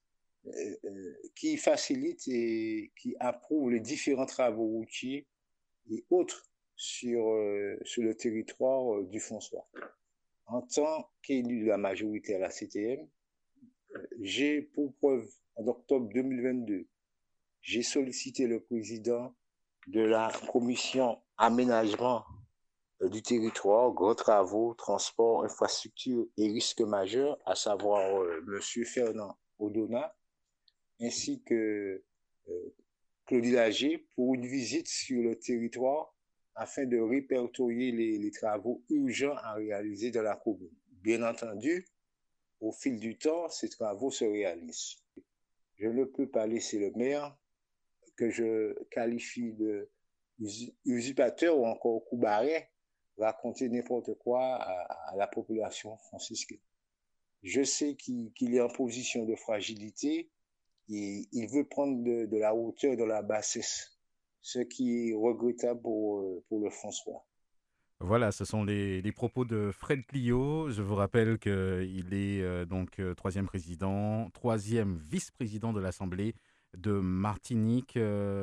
qui facilitent et qui approuvent les différents travaux routiers et autres sur le territoire du François. En tant qu'élu de la majorité à la CTM, j'ai pour preuve, en octobre 2022, j'ai sollicité le président de la commission aménagement du territoire, grands travaux, transport, infrastructure et risques majeurs, à savoir M. Fernand Odona, ainsi que Claudie Lager, pour une visite sur le territoire afin de répertorier les travaux urgents à réaliser dans la commune. Bien entendu, au fil du temps, ces travaux se réalisent. Je ne peux pas laisser le maire, que je qualifie de usurpateur ou encore coubaret, raconter n'importe quoi à la population franciscaine. Je sais qu'il est en position de fragilité et il veut prendre de la hauteur, de la bassesse, ce qui est regrettable pour le François. Voilà, ce sont les propos de Fred Clio. Je vous rappelle qu'il est donc 3e président, 3e vice-président de l'Assemblée de Martinique.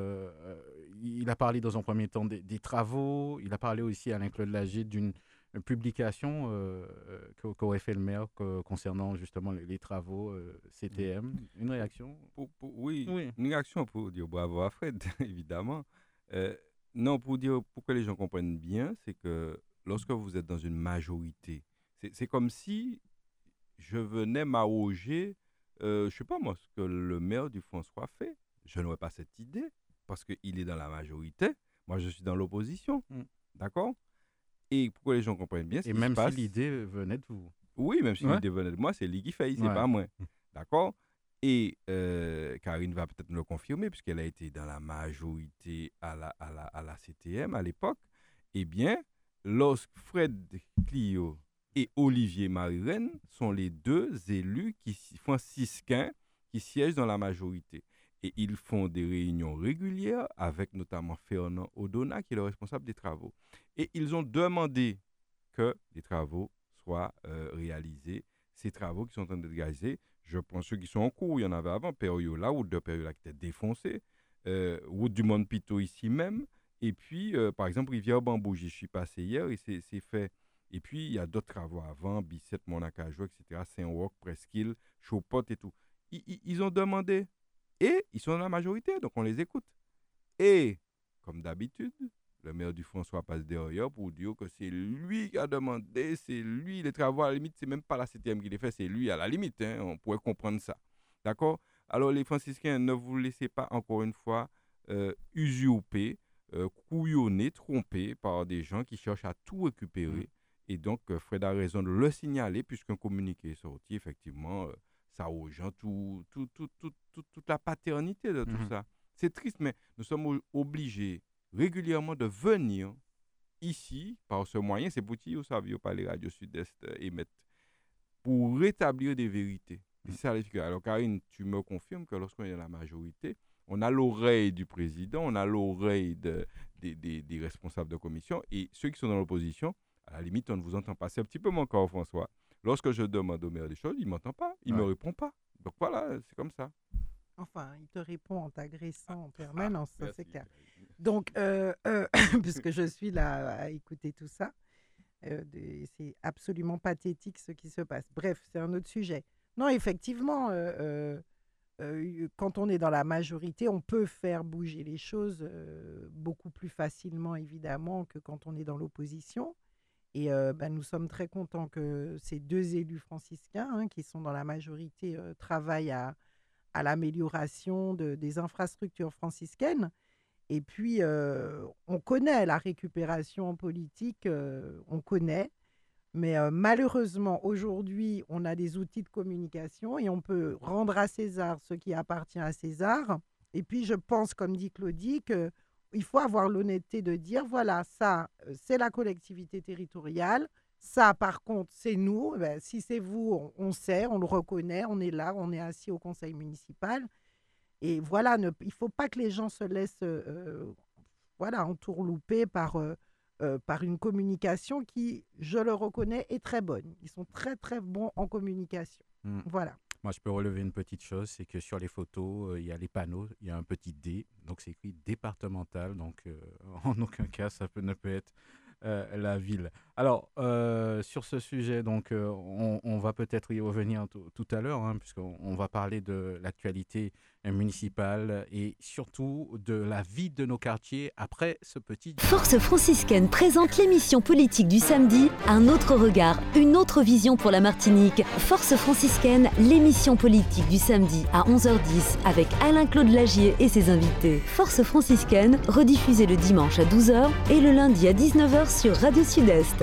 Il a parlé dans un premier temps des travaux. Il a parlé aussi à Alain-Claude Lager d'une publication qu'aurait fait le maire concernant justement les travaux CTM. Une réaction? Oui, une réaction pour dire bravo à Fred, évidemment. Non, pour que les gens comprennent bien, c'est que lorsque vous êtes dans une majorité, c'est comme si je venais m'arroger, je ne sais pas moi, ce que le maire du François fait. Je n'aurais pas cette idée, parce qu'il est dans la majorité. Moi, je suis dans l'opposition. D'accord? Et pour que les gens comprennent bien, et même si l'idée venait de vous. Oui, même si l'idée venait de moi, c'est lui qui fait, c'est pas moi. D'accord? Et Karine va peut-être me le confirmer, puisqu'elle a été dans la majorité à la CTM à l'époque. Eh bien, lorsque Fred Clio et Olivier Marigraine sont les 2 élus franciscains qui siègent dans la majorité. Et ils font des réunions régulières avec notamment Fernand Odona, qui est le responsable des travaux. Et ils ont demandé que les travaux soient réalisés. Ces travaux qui sont en train d'être réalisés, je pense ceux qui sont en cours, il y en avait avant, Périola, route de Périola qui était défoncée, route du Monde-Pito ici même, et puis par exemple Rivière-Bambou, j'y suis passé hier et c'est fait. Et puis il y a d'autres travaux avant, Bicêtre, Monacajo, etc., Saint-Roch, Presqu'île, Chopot et tout. Ils ont demandé et ils sont dans la majorité, donc on les écoute. Et comme d'habitude, le maire du François passe derrière pour dire que c'est lui qui a demandé, c'est lui, les travaux à la limite, c'est même pas la CTM qui les fait, c'est lui à la limite, hein, on pourrait comprendre ça. D'accord? Alors les franciscains, ne vous laissez pas encore une fois usurper, couillonner, tromper par des gens qui cherchent à tout récupérer. Et donc Fred a raison de le signaler puisqu'un communiqué est sorti, effectivement, ça rejoint toute la paternité de tout ça. C'est triste, mais nous sommes obligés régulièrement de venir ici, par ce moyen, c'est pour qui vous savez pas les radios Sud-Est émettent, pour rétablir des vérités. C'est ça les figures. Alors Karine, tu me confirmes que lorsqu'on est dans la majorité, on a l'oreille du président, on a l'oreille des responsables de commission, et ceux qui sont dans l'opposition, À la limite, on ne vous entend pas. C'est un petit peu mon cas, François. Lorsque je demande au maire des choses, il ne m'entend pas. Il ne me répond pas. Donc voilà, c'est comme ça. Enfin, il te répond en t'agressant en permanence, ça c'est clair. Merci. Donc, puisque je suis là à écouter tout ça, c'est absolument pathétique ce qui se passe. Bref, c'est un autre sujet. Non, effectivement, quand on est dans la majorité, on peut faire bouger les choses beaucoup plus facilement, évidemment, que quand on est dans l'opposition. Et nous sommes très contents que ces 2 élus franciscains, qui sont dans la majorité, travaillent à l'amélioration des infrastructures franciscaines. Et puis, on connaît la récupération politique, on connaît. Mais malheureusement, aujourd'hui, on a des outils de communication et on peut rendre à César ce qui appartient à César. Et puis, je pense, comme dit Claudie, qu'il faut avoir l'honnêteté de dire, voilà, ça, c'est la collectivité territoriale. Ça, par contre, c'est nous. Ben, si c'est vous, on sait, on le reconnaît, on est là, on est assis au conseil municipal. Et voilà, il ne faut pas que les gens se laissent entourlouper par une communication qui, je le reconnais, est très bonne. Ils sont très, très bons en communication. Voilà. Moi, je peux relever une petite chose, c'est que sur les photos, il y a les panneaux, il y a un petit D, donc c'est écrit départemental, donc en aucun cas, ne peut être la ville. Alors, sur ce sujet, donc, on va peut-être y revenir tout à l'heure, puisqu'on va parler de l'actualité municipale et surtout de la vie de nos quartiers après ce petit... Force franciscaine présente l'émission politique du samedi, un autre regard, une autre vision pour la Martinique. Force franciscaine, l'émission politique du samedi à 11h10 avec Alain-Claude Lagier et ses invités. Force franciscaine, rediffusée le dimanche à 12h et le lundi à 19h sur Radio Sud-Est.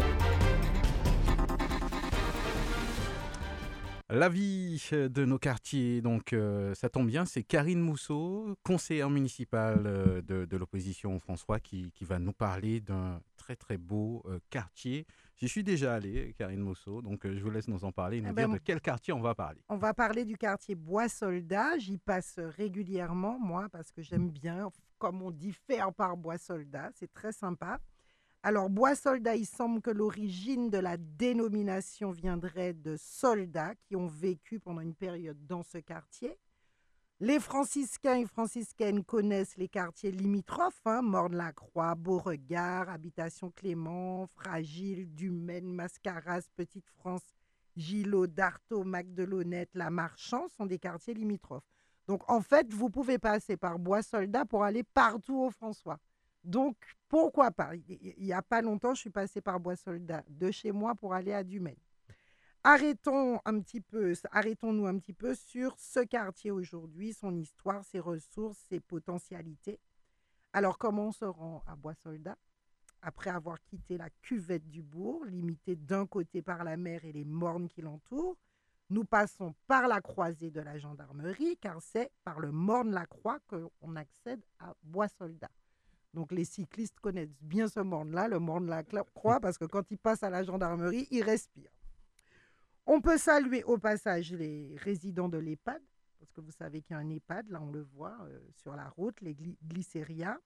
La vie de nos quartiers, donc ça tombe bien, c'est Karine Mousseau, conseillère municipale de l'opposition François, qui va nous parler d'un très très beau quartier. J'y suis déjà allé, Karine Mousseau, donc je vous laisse nous en parler et nous dire de quel quartier on va parler. On va parler du quartier Bois-Soldat. J'y passe régulièrement, moi, parce que j'aime bien, comme on dit, faire par Bois-Soldat. C'est très sympa. Alors, Bois-Soldat, il semble que l'origine de la dénomination viendrait de soldats qui ont vécu pendant une période dans ce quartier. Les franciscains et franciscaines connaissent les quartiers limitrophes, Morne-la-Croix, Beauregard, Habitation Clément, Fragile, Dumaine, Mascaras, Petite-France, Gillot, Darto, Magdelonnette, La Marchand sont des quartiers limitrophes. Donc, en fait, vous pouvez passer par Bois-Soldat pour aller partout au François. Donc, pourquoi pas? Il n'y a pas longtemps, je suis passée par Bois-Soldat de chez moi pour aller à Dumaine. Arrêtons-nous un petit peu sur ce quartier aujourd'hui, son histoire, ses ressources, ses potentialités. Alors, comment on se rend à Bois-Soldat? Après avoir quitté la cuvette du bourg, limitée d'un côté par la mer et les mornes qui l'entourent, nous passons par la croisée de la gendarmerie, car c'est par le Morne-la-Croix qu'on accède à Bois-Soldat. Donc, les cyclistes connaissent bien ce Morne-là, le Morne-la-Croix, parce que quand ils passent à la gendarmerie, ils respirent. On peut saluer au passage les résidents de l'EHPAD, parce que vous savez qu'il y a un EHPAD, là on le voit sur la route, les Glycéria.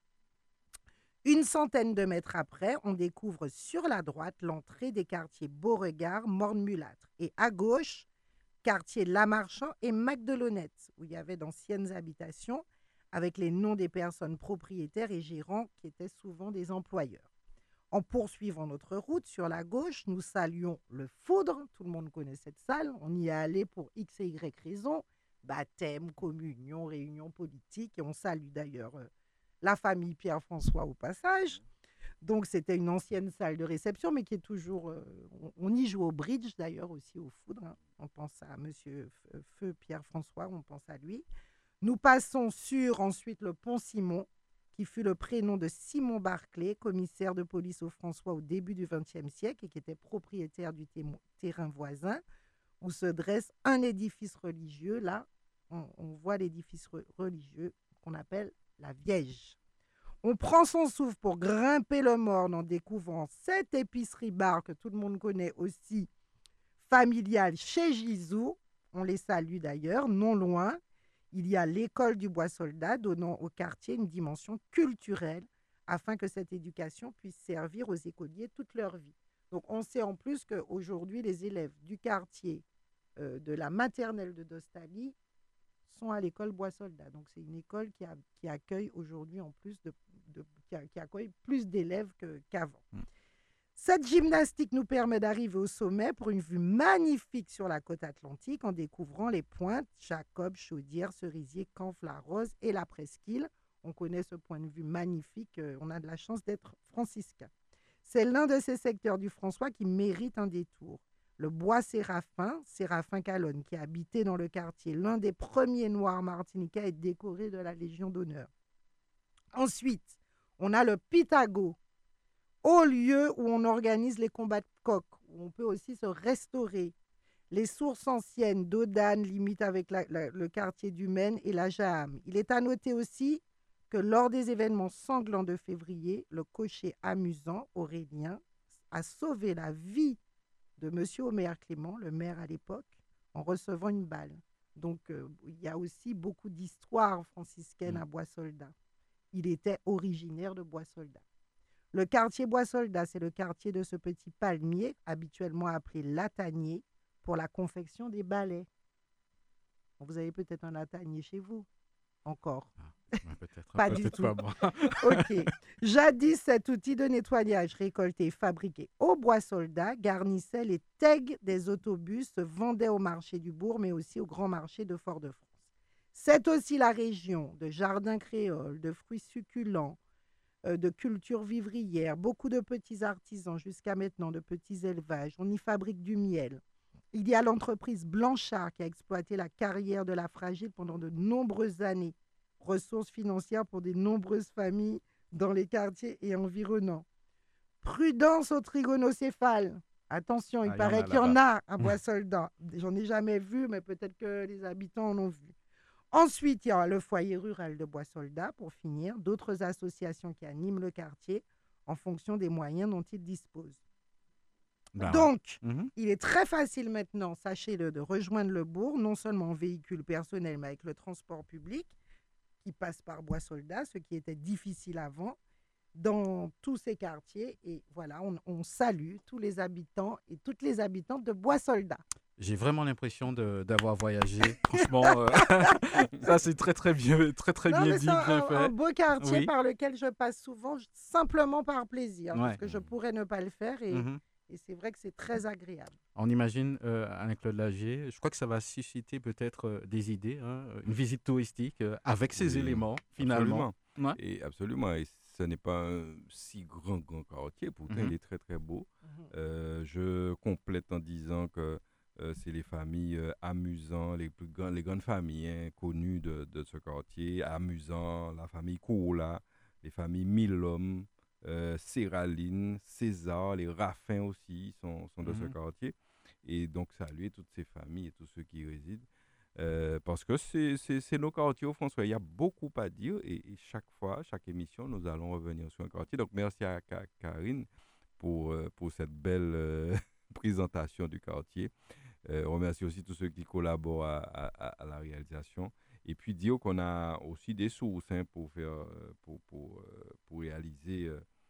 Une centaine de mètres après, on découvre sur la droite l'entrée des quartiers Beauregard, Morne-Mulâtre. Et à gauche, quartier La Marchand et Magdelonnette, où il y avait d'anciennes habitations avec les noms des personnes propriétaires et gérants qui étaient souvent des employeurs. En poursuivant notre route, sur la gauche, nous saluons le Foudre. Tout le monde connaît cette salle. On y est allé pour X et Y raisons. Baptême, communion, réunion politique. Et on salue d'ailleurs la famille Pierre-François au passage. Donc, c'était une ancienne salle de réception, mais qui est toujours... on y joue au bridge d'ailleurs aussi au Foudre. On pense à monsieur Feu Pierre-François, on pense à lui. Nous passons sur ensuite le pont Simon, qui fut le prénom de Simon Barclay, commissaire de police au François au début du XXe siècle et qui était propriétaire du terrain voisin, où se dresse un édifice religieux. Là, on voit l'édifice religieux qu'on appelle la Vierge. On prend son souffle pour grimper le Morne en découvrant cette épicerie-bar que tout le monde connaît aussi, familiale chez Gisou. On les salue d'ailleurs, non loin. Il y a l'école du Bois-Soldat donnant au quartier une dimension culturelle afin que cette éducation puisse servir aux écoliers toute leur vie. Donc, on sait en plus qu'aujourd'hui, les élèves du quartier de la maternelle de Dostali sont à l'école Bois-Soldat. Donc, c'est une école qui accueille aujourd'hui en plus qui accueille plus d'élèves qu'avant. Cette gymnastique nous permet d'arriver au sommet pour une vue magnifique sur la côte atlantique en découvrant les pointes Jacob, Chaudière, Cerisier, Canfle, La Rose et la Presqu'île. On connaît ce point de vue magnifique. On a de la chance d'être franciscain. C'est l'un de ces secteurs du François qui mérite un détour. Le bois Séraphin Calonne, qui habitait dans le quartier, l'un des premiers Noirs martiniquais à être décoré de la Légion d'honneur. Ensuite, on a le Pitago, au lieu où on organise les combats de coqs, où on peut aussi se restaurer. Les sources anciennes d'Odane limitent avec le quartier du Maine et la Jaham. Il est à noter aussi que lors des événements sanglants de février, le cocher amusant, Aurélien, a sauvé la vie de M. Omer Clément, le maire à l'époque, en recevant une balle. Donc, il y a aussi beaucoup d'histoires franciscaines à Bois-Soldat. Il était originaire de Bois-Soldat. Le quartier Bois-Soldat, c'est le quartier de ce petit palmier, habituellement appelé latanier, pour la confection des balais. Vous avez peut-être un latanier chez vous, encore. Peut-être pas du tout. Pas moi. Ok. Jadis, cet outil de nettoyage récolté et fabriqué au Bois-Soldat garnissait les tegs des autobus, se vendait au marché du Bourg, mais aussi au grand marché de Fort-de-France. C'est aussi la région de jardins créoles, de fruits succulents, de cultures vivrières, beaucoup de petits artisans jusqu'à maintenant, de petits élevages. On y fabrique du miel. Il y a l'entreprise Blanchard qui a exploité la carrière de la Fragile pendant de nombreuses années. Ressources financières pour de nombreuses familles dans les quartiers et environnants. Prudence aux trigonocéphales. Attention, il paraît qu'il y en a à Bois-Soldat. J'en ai jamais vu, mais peut-être que les habitants en ont vu. Ensuite, il y a le foyer rural de Bois-Soldat, pour finir, d'autres associations qui animent le quartier en fonction des moyens dont ils disposent. Donc, il est très facile maintenant, sachez-le, de rejoindre le bourg, non seulement en véhicule personnel, mais avec le transport public qui passe par Bois-Soldat, ce qui était difficile avant, dans tous ces quartiers. Et voilà, on salue tous les habitants et toutes les habitantes de Bois-Soldat. J'ai vraiment l'impression d'avoir voyagé. Franchement, ça c'est très bien dit, bien fait. C'est un beau quartier par lequel je passe souvent, simplement par plaisir, parce que je pourrais ne pas le faire et c'est vrai que c'est très agréable. On imagine, Alain-Claude Lagier, je crois que ça va susciter peut-être des idées, une visite touristique avec ces éléments, finalement. Absolument. Et absolument. Et ce n'est pas un si grand quartier, pourtant il est très très beau. Je complète en disant que c'est les familles amusantes, les grandes familles connues de ce quartier, amusant, la famille Koula, les familles Milhomme, Séraline, César, les Raffins aussi sont de ce quartier. Et donc saluer toutes ces familles et tous ceux qui y résident. Parce que c'est nos quartiers au François. Il y a beaucoup à dire et chaque émission, nous allons revenir sur un quartier. Donc merci à Karine pour cette belle présentation du quartier. On remercie aussi tous ceux qui collaborent à la réalisation. Et puis dire qu'on a aussi des sources pour réaliser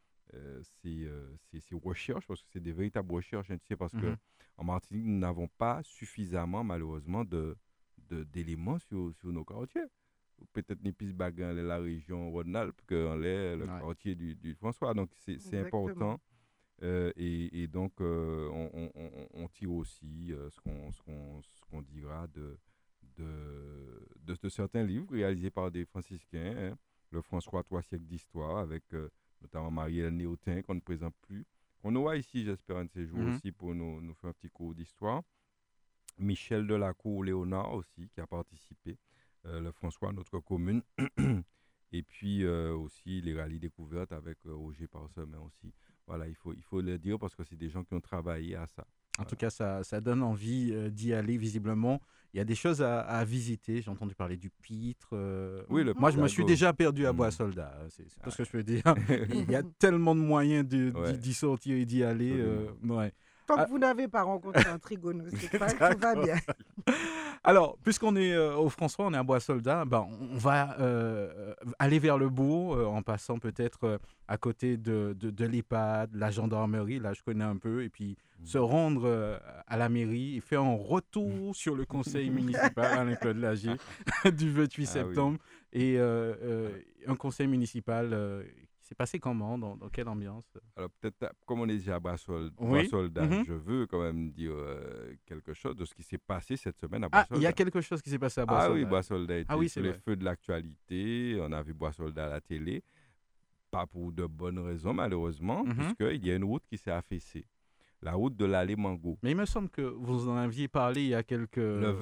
ces recherches, parce que c'est des véritables recherches, parce qu'en Martinique, nous n'avons pas suffisamment, malheureusement, d'éléments sur nos quartiers. Peut-être Népis Bagan, la région Rhône-Alpes, qu'on est le quartier du François. Donc, c'est important. Et donc, on tire aussi ce qu'on dira de certains livres réalisés par des franciscains. Le François, 3 siècles d'histoire, avec notamment Marie-Hélène Néotin, qu'on ne présente plus. On aura ici, j'espère, un de ces jours aussi pour nous faire un petit cours d'histoire. Michel Delacour-Léonard aussi, qui a participé. Le François, notre commune. Et puis aussi les rallyes découvertes avec Roger Parsemin aussi. Voilà, il faut le dire parce que c'est des gens qui ont travaillé à ça. En tout cas, ça donne envie d'y aller visiblement. Il y a des choses à visiter. J'ai entendu parler du Pitre. Moi, je me suis déjà perdu à Bois-Soldat. C'est tout ce que je peux dire. Il y a tellement de moyens d'y sortir et d'y aller. Tant que vous n'avez pas rencontré un trigonocéphale, tout va bien. Alors, puisqu'on est au François, on est à Bois-Soldat, on va aller vers le bourg en passant peut-être à côté de l'EHPAD, la gendarmerie, là je connais un peu, et puis se rendre à la mairie et faire un retour sur le conseil municipal Alain-Claude Lagier du 28 septembre. Oui. Et un conseil municipal qui s'est passé comment, dans quelle ambiance? Alors peut-être, comme on est déjà à Bois-Soldat, je veux quand même dire quelque chose de ce qui s'est passé cette semaine à Bois-Soldat. Ah, il y a quelque chose qui s'est passé à Bois-Soldat. Ah oui, Bois-Soldat était sur les feux de l'actualité. On a vu Bois-Soldat à la télé. Pas pour de bonnes raisons, malheureusement, puisqu'il y a une route qui s'est affaissée. La route de l'allée Mango. Mais il me semble que vous en aviez parlé il y a quelques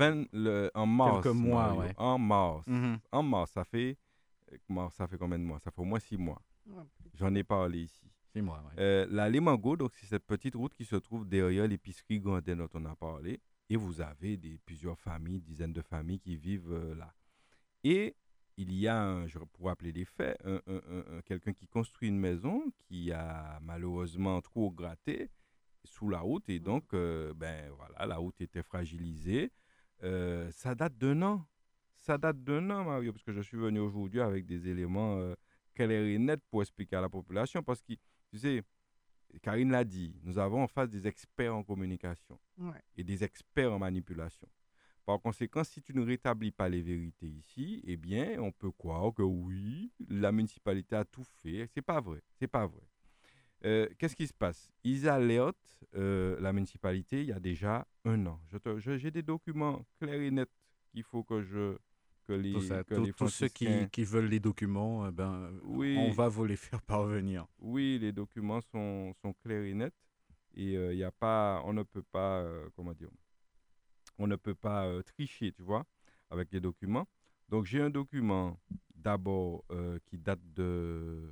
en mars. Quelques mois, Mario, ouais. En mars. En mars, ça fait combien de mois? Ça fait au moins 6 mois. J'en ai parlé ici. 6 mois, ouais. L'allée Mango, donc c'est cette petite route qui se trouve derrière l'épicerie Grandin dont on a parlé. Et vous avez plusieurs familles, dizaines de familles qui vivent là. Et il y a, pour rappeler les faits, quelqu'un qui construit une maison qui a malheureusement trop gratté sous la route. Et donc, la route était fragilisée. Ça date d'un an. Mario, parce que je suis venu aujourd'hui avec des éléments clairs et nets pour expliquer à la population. Parce que, tu sais, Karine l'a dit, nous avons en face des experts en communication et des experts en manipulation. Par conséquent, si tu ne rétablis pas les vérités ici, eh bien, on peut croire que oui, la municipalité a tout fait. C'est pas vrai. Qu'est-ce qui se passe? Ils alertent la municipalité il y a déjà 1 an. J'ai des documents clairs et nets qu'il faut que les tous ceux qui veulent les documents, on va vous les faire parvenir. Oui, les documents sont clairs et nets et on ne peut pas, on ne peut pas tricher, tu vois, avec les documents. Donc, j'ai un document d'abord qui date de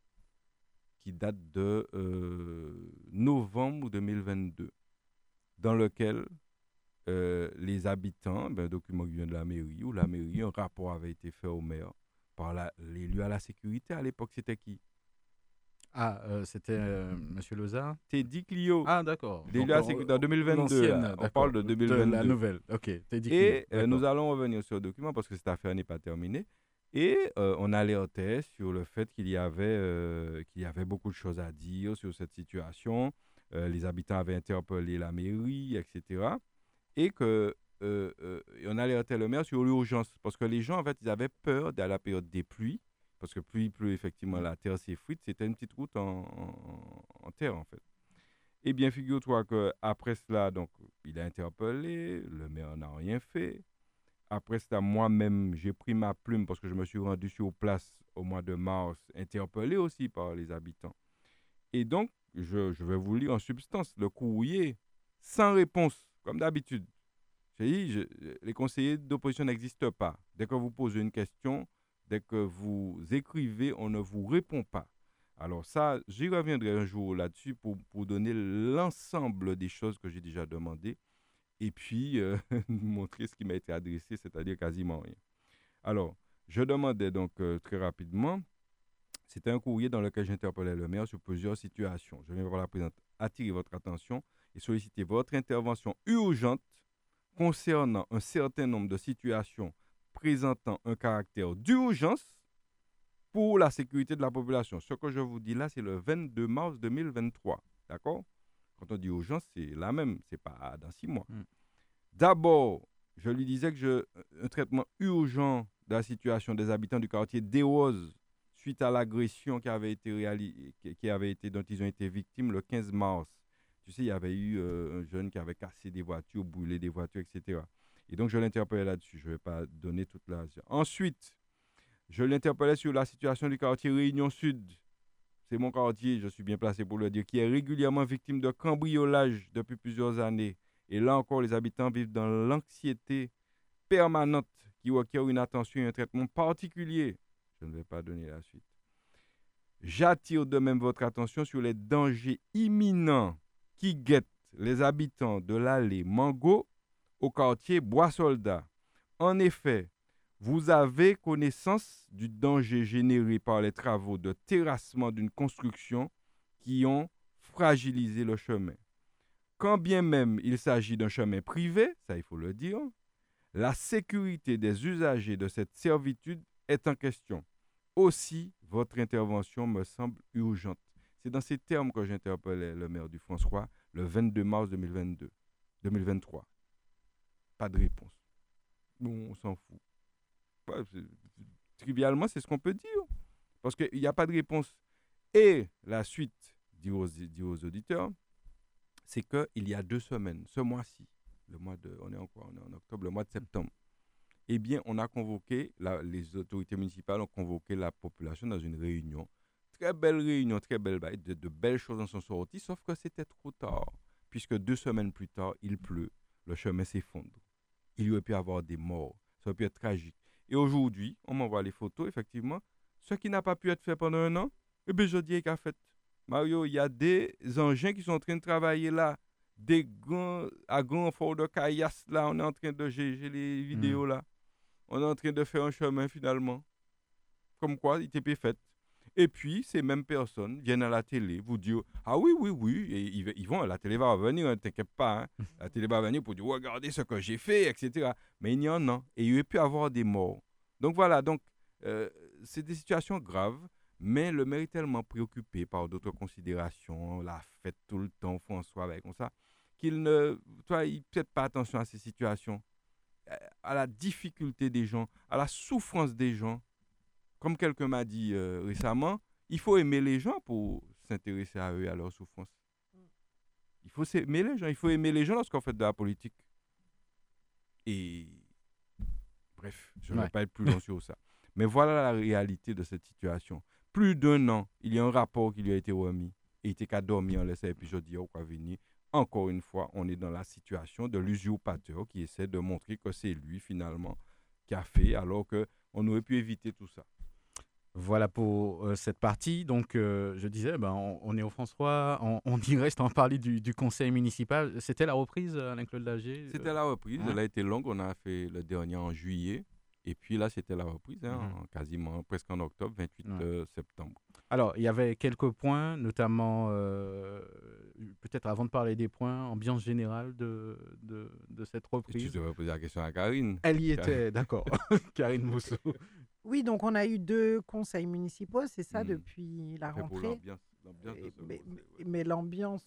novembre 2022, dans lequel les habitants, un document qui vient de la mairie, où la mairie, un rapport avait été fait au maire par l'élu à la sécurité. À l'époque, c'était qui? C'était M. Lozard. Teddy Clio. Ah, d'accord. L'élu à la sécurité en 2022. On parle de 2022. De la nouvelle, ok. Teddy Clio. Et nous allons revenir sur le document parce que cette affaire n'est pas terminée. Et on alertait sur le fait qu'il y avait beaucoup de choses à dire sur cette situation. Les habitants avaient interpellé la mairie, etc. Et on alertait le maire sur l'urgence. Parce que les gens, en fait, ils avaient peur de la période des pluies. Parce que plus il pleut, effectivement, la terre s'effrite. C'était une petite route en terre, en fait. Eh bien, figure-toi qu'après cela, donc, il a interpellé, le maire n'a rien fait. Après cela, moi-même, j'ai pris ma plume parce que je me suis rendu sur place au mois de mars, interpellé aussi par les habitants. Et donc, je vais vous lire en substance le courrier sans réponse, comme d'habitude. J'ai dit, les conseillers d'opposition n'existent pas. Dès que vous posez une question, dès que vous écrivez, on ne vous répond pas. Alors ça, j'y reviendrai un jour là-dessus pour donner l'ensemble des choses que j'ai déjà demandées. Et puis, montrer ce qui m'a été adressé, c'est-à-dire quasiment rien. Alors, je demandais donc très rapidement, c'était un courrier dans lequel j'interpellais le maire sur plusieurs situations. Je viens par la présente attirer votre attention et solliciter votre intervention urgente concernant un certain nombre de situations présentant un caractère d'urgence pour la sécurité de la population. Ce que je vous dis là, c'est le 22 mars 2023. D'accord? Quand on dit urgence, c'est la même, c'est pas dans 6 mois. D'abord, je lui disais que un traitement urgent de la situation des habitants du quartier des Roses suite à l'agression dont ils ont été victimes le 15 mars. Tu sais, il y avait eu un jeune qui avait cassé des voitures, brûlé des voitures, etc. Et donc, je l'interpellais là-dessus. Je ne vais pas donner toute la... Ensuite, je l'interpellais sur la situation du quartier Réunion Sud. C'est mon quartier, je suis bien placé pour le dire, qui est régulièrement victime de cambriolage depuis plusieurs années. Et là encore, les habitants vivent dans l'anxiété permanente qui requiert une attention et un traitement particulier. Je ne vais pas donner la suite. J'attire de même votre attention sur les dangers imminents qui guettent les habitants de l'allée Mango au quartier Bois-Soldat. En effet, vous avez connaissance du danger généré par les travaux de terrassement d'une construction qui ont fragilisé le chemin. Quand bien même il s'agit d'un chemin privé, ça il faut le dire, la sécurité des usagers de cette servitude est en question. Aussi, votre intervention me semble urgente. C'est dans ces termes que j'interpellais le maire du François le 22 mars 2023. Pas de réponse. Bon, on s'en fout. Trivialement, c'est ce qu'on peut dire. Parce qu'il n'y a pas de réponse. Et la suite, dit aux auditeurs, c'est qu'il y a 2 semaines, ce mois-ci, on est en octobre, le mois de septembre, eh bien, on a convoqué, les autorités municipales ont convoqué la population dans une réunion. Très belle réunion, très belle, de belles choses en sont sorties, sauf que c'était trop tard, puisque 2 semaines plus tard, il pleut, le chemin s'effondre. Il y aurait pu y avoir des morts, ça aurait pu être tragique. Et aujourd'hui, on m'envoie les photos, effectivement, ce qui n'a pas pu être fait pendant 1 an, eh bien, je dis qu'à fait. Mario, il y a des engins qui sont en train de travailler là, à grand fort de caillasse là, on est en train de j'ai les vidéos là. On est en train de faire un chemin finalement. Comme quoi, il était fait. Et puis, ces mêmes personnes viennent à la télé vous dire « Ah oui, et ils vont, la télé va revenir, ne t'inquiète pas. Hein. La télé va venir pour dire « Regardez ce que j'ai fait, etc. » Mais il y en a. Et il aurait pu avoir des morts. Donc voilà, c'est des situations graves. Mais le maire est tellement préoccupé par d'autres considérations, la fête tout le temps, François, comme ça, qu'il ne prête pas attention à ces situations, à la difficulté des gens, à la souffrance des gens. Comme quelqu'un m'a dit récemment, il faut aimer les gens pour s'intéresser à eux et à leur souffrance. Il faut aimer les gens lorsqu'on fait de la politique. Et bref, je ne vais pas être plus long sur ça. Mais voilà la réalité de cette situation. Plus d'1 an, il y a un rapport qui lui a été remis. Et il était qu'à dormir en laissant épisode au quoi venir. Encore une fois, on est dans la situation de l'usurpateur qui essaie de montrer que c'est lui finalement qui a fait, alors qu'on aurait pu éviter tout ça. Voilà pour cette partie. Donc, je disais, on est au François, on y reste, on parlait du conseil municipal. C'était la reprise, Alain-Claude Lagier C'était la reprise, elle a été longue. On a fait le dernier en juillet. Et puis là, c'était la reprise, quasiment presque en octobre, 28 septembre. Alors, il y avait quelques points, notamment, peut-être avant de parler des points, ambiance générale de cette reprise. Tu devrais poser la question à Karine. Elle y était, d'accord. Karine Mousseau. Oui, donc on a eu 2 conseils municipaux, c'est ça, depuis la rentrée. Mais l'ambiance,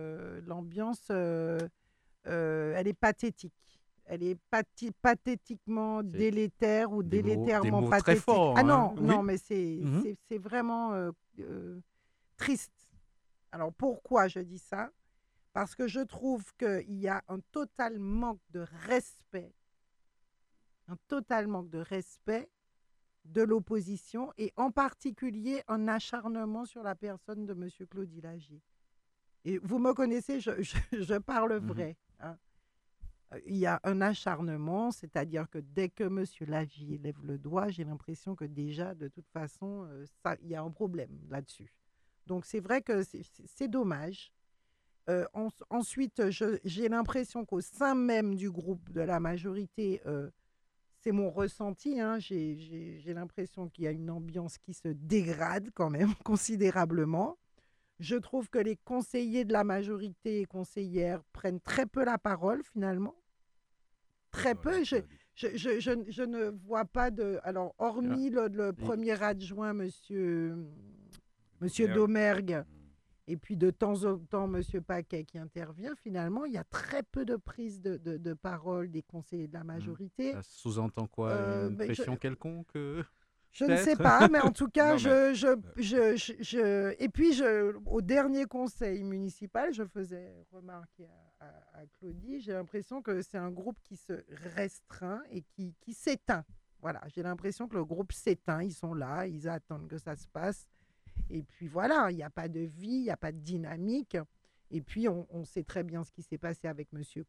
elle est pathétique. Elle est pathétiquement délétère ou délétèrement pathétique. Très forts, non, mais c'est vraiment triste. Alors pourquoi je dis ça? Parce que je trouve qu'il y a un total manque de respect de l'opposition et en particulier un acharnement sur la personne de M. Claudie Lagier. Et vous me connaissez, je parle vrai. Hein. Il y a un acharnement, c'est-à-dire que dès que M. Lagier lève le doigt, j'ai l'impression que déjà, de toute façon, il y a un problème là-dessus. Donc c'est vrai que c'est dommage. Ensuite, j'ai l'impression qu'au sein même du groupe de la majorité, c'est mon ressenti, hein, j'ai l'impression qu'il y a une ambiance qui se dégrade quand même considérablement. Je trouve que les conseillers de la majorité et conseillères prennent très peu la parole finalement. Très peu. Je ne vois pas de... Alors, hormis le premier adjoint, monsieur Domergue, et puis de temps en temps, M. Paquet qui intervient, finalement, il y a très peu de prise de parole des conseillers de la majorité. Ça sous-entend quoi? Une pression quelconque je ne sais pas, mais en tout cas, et puis au dernier conseil municipal, je faisais remarquer à Claudie, j'ai l'impression que c'est un groupe qui se restreint et qui s'éteint. Voilà, j'ai l'impression que le groupe s'éteint, ils sont là, ils attendent que ça se passe. Et puis voilà, il n'y a pas de vie, il n'y a pas de dynamique. Et puis, on sait très bien ce qui s'est passé avec monsieur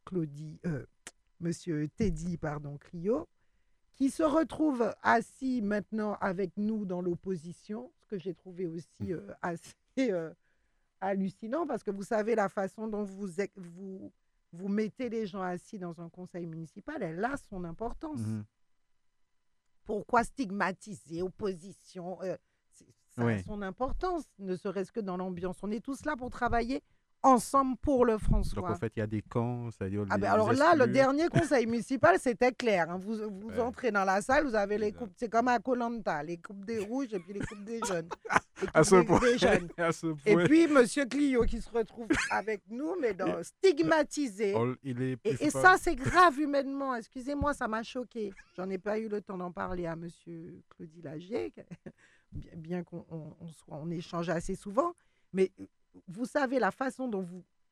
Teddy Clio, qui se retrouve assis maintenant avec nous dans l'opposition, ce que j'ai trouvé aussi assez hallucinant, parce que vous savez, la façon dont vous mettez les gens assis dans un conseil municipal, elle a son importance. Pourquoi stigmatiser opposition ça a son importance, ne serait-ce que dans l'ambiance. On est tous là pour travailler ensemble pour le François. Donc en fait, il y a des camps, c'est-à-dire alors là, le dernier conseil municipal, c'était clair. Hein. Vous entrez dans la salle, vous avez les coupes, c'est comme à Koh-Lanta, les coupes des rouges et puis les coupes des jeunes. À ce point. Et puis Monsieur Clio qui se retrouve avec nous, mais stigmatisé. Et ça, c'est grave humainement. Excusez-moi, ça m'a choqué. J'en ai pas eu le temps d'en parler à Monsieur Claudie Lagier, bien qu'on échange assez souvent. Mais vous savez, la façon dont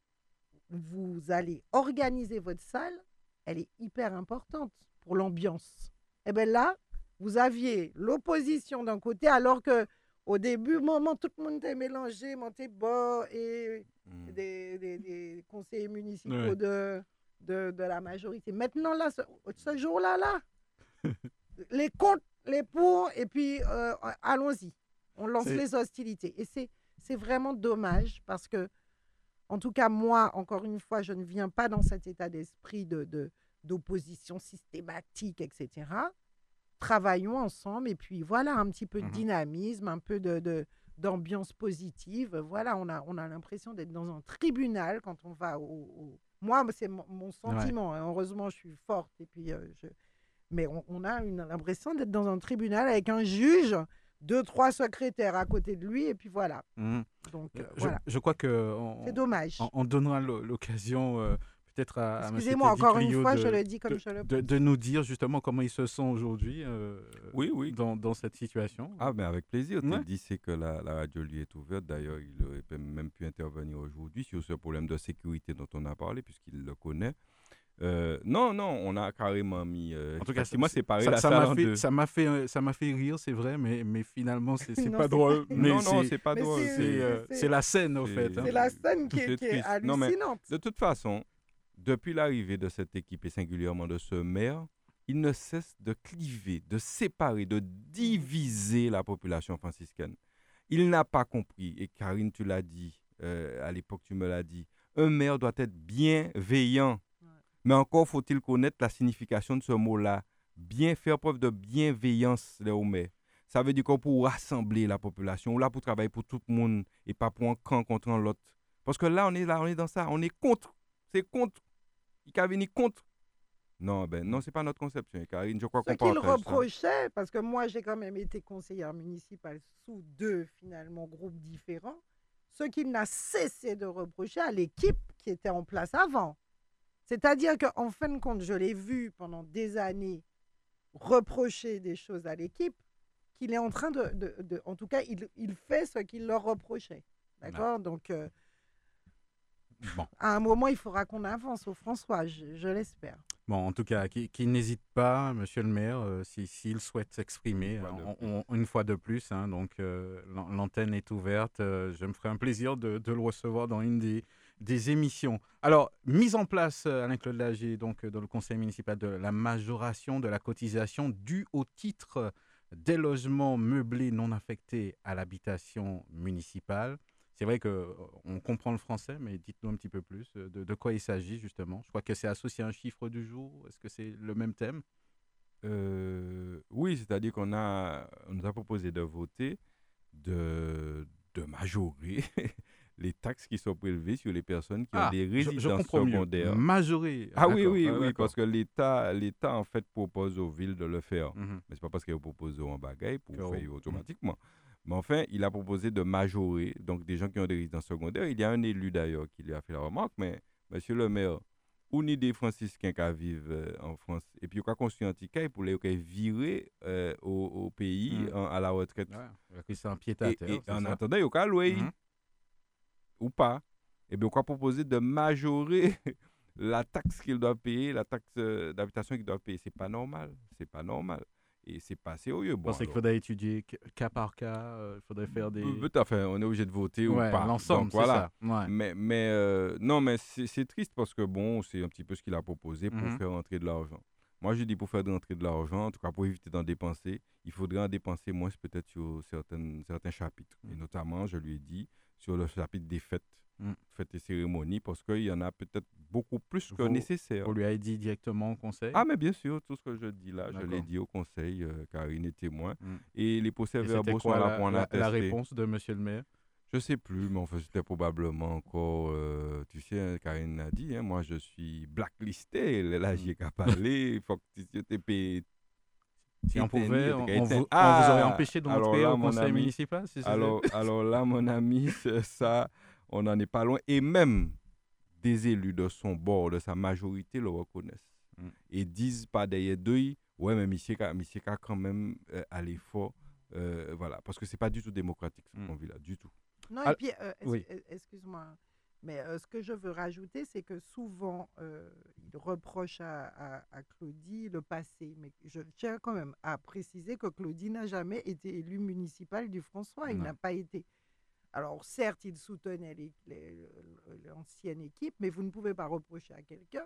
vous allez organiser votre salle, elle est hyper importante pour l'ambiance. Et bien là, vous aviez l'opposition d'un côté, alors que au début, tout le monde était mélangé, Montebo et des conseillers municipaux de la majorité. Maintenant, là, ce jour-là, les contre, les pour, et puis allons-y. On lance les hostilités. Et c'est vraiment dommage parce que, en tout cas, moi, encore une fois, je ne viens pas dans cet état d'esprit d'opposition systématique, etc. Travaillons ensemble et puis voilà, un petit peu de dynamisme, un peu d'ambiance positive. Voilà, on a l'impression d'être dans un tribunal quand on va Moi, c'est mon sentiment. Hein. Heureusement, je suis forte et puis mais on a l'impression d'être dans un tribunal avec un juge, 2-3 secrétaires à côté de lui et puis voilà. Donc voilà. Je crois que c'est dommage. On donnera l'occasion peut-être à Excusez-moi, encore une fois, je le dis comme je le pense. De nous dire justement comment ils se sentent aujourd'hui oui. Dans cette situation. Ah, mais avec plaisir. Tu dis c'est que la radio lui est ouverte. D'ailleurs, il aurait même pu intervenir aujourd'hui sur ce problème de sécurité dont on a parlé, puisqu'il le connaît. Non, on a carrément mis. En tout cas, moi, c'est pareil. Ça m'a fait rire, c'est vrai, mais finalement, c'est pas drôle. Non, c'est pas drôle. C'est la scène, en fait. C'est la scène qui est hallucinante. Non, mais de toute façon, depuis l'arrivée de cette équipe et singulièrement de ce maire, il ne cesse de cliver, de séparer, de diviser la population franciscaine. Il n'a pas compris, et Karine, tu l'as dit, à l'époque, tu me l'as dit, un maire doit être bienveillant. Mais encore faut-il connaître la signification de ce mot-là. Bien faire preuve de bienveillance, les maires. Ça veut dire qu'on peut rassembler la population, là pour travailler pour tout le monde et pas pour un camp contre l'autre. Parce que là, on est dans ça, on est contre. C'est contre. Il a venir contre. Non, c'est pas notre conception, Karine. Je crois qu'on partage ça. Ce qu'il reprochait, parce que moi, j'ai quand même été conseillère municipale sous 2, finalement, groupes différents, ce qu'il n'a cessé de reprocher à l'équipe qui était en place avant. C'est-à-dire qu'en fin de compte, je l'ai vu pendant des années reprocher des choses à l'équipe, qu'il est en train en tout cas, il fait ce qu'il leur reprochait. D'accord ? Donc, à un moment, il faudra qu'on avance au François, je l'espère. Bon, en tout cas, qu'il n'hésite pas, monsieur le maire, s'il souhaite s'exprimer, une fois de plus. Hein, donc, l'antenne est ouverte. Je me ferai un plaisir de le recevoir dans une des émissions. Alors, mise en place, Alain-Claude Lagier, donc, dans le conseil municipal, de la majoration de la cotisation due au titre des logements meublés non affectés à l'habitation municipale. C'est vrai qu'on comprend le français, mais dites-nous un petit peu plus de quoi il s'agit, justement. Je crois que c'est associé à un chiffre du jour. Est-ce que c'est le même thème ? Oui, c'est-à-dire qu'on nous a proposé de voter, de majorer les taxes qui sont prélevées sur les personnes qui ont des résidences secondaires. Majorer. Oui, parce que l'État, en fait, propose aux villes de le faire. Mais ce n'est pas parce qu'il propose en bagaille pour faire automatiquement. Mais enfin, il a proposé de majorer, donc des gens qui ont des résidences secondaires. Il y a un élu d'ailleurs qui lui a fait la remarque, mais monsieur le maire, on est des franciscains qui vivent en France, et puis on a construit un ticket pour les virer au pays à la retraite. C'est un pied à terre. Et en attendant, il y a loué ou pas. Et bien on a proposé de majorer la taxe qu'il doit payer, la taxe d'habitation qu'il doit payer. C'est pas normal. Et c'est pas sérieux. Bon, qu'il faudrait étudier cas par cas, il faudrait faire des... Enfin, on est obligé de voter ou pas. L'ensemble, donc, voilà. Ça. Ouais. Mais c'est triste parce que c'est un petit peu ce qu'il a proposé pour faire rentrer de l'argent. Moi, je dis pour faire rentrer de l'argent, en tout cas pour éviter d'en dépenser, il faudrait en dépenser moins peut-être sur certains chapitres. Et notamment, je lui ai dit, sur le chapitre des fêtes et cérémonies, parce qu'il y en a peut-être beaucoup plus que nécessaire. Vous lui avez dit directement au conseil ? Ah, mais bien sûr, tout ce que je dis là, je l'ai dit au conseil, Karine est témoin. Et les procès-verbaux sont là pour en attester. La réponse de monsieur le maire ? Je sais plus, mais enfin, c'était probablement encore, tu sais, Karine a dit, moi je suis blacklisté, là j'ai qu'à parler, il faut que tu te payes. Si on pouvait, on vous aurait empêché de rentrer au conseil municipal, c'est ça? Alors là, mon ami, c'est ça, on n'en est pas loin. Et même des élus de son bord, de sa majorité, le reconnaissent. Et disent pas derrière d'eux, ouais, mais monsieur a quand même à l'effort. Voilà, parce que c'est pas du tout démocratique ce qu'on vit là, du tout. Non, et puis, excuse-moi, mais ce que je veux rajouter, c'est que souvent, il reproche à Claudie le passé. Mais je tiens quand même à préciser que Claudie n'a jamais été élu municipal du François. Il n'a pas été. Alors, certes, il soutenait l'ancienne équipe, mais vous ne pouvez pas reprocher à quelqu'un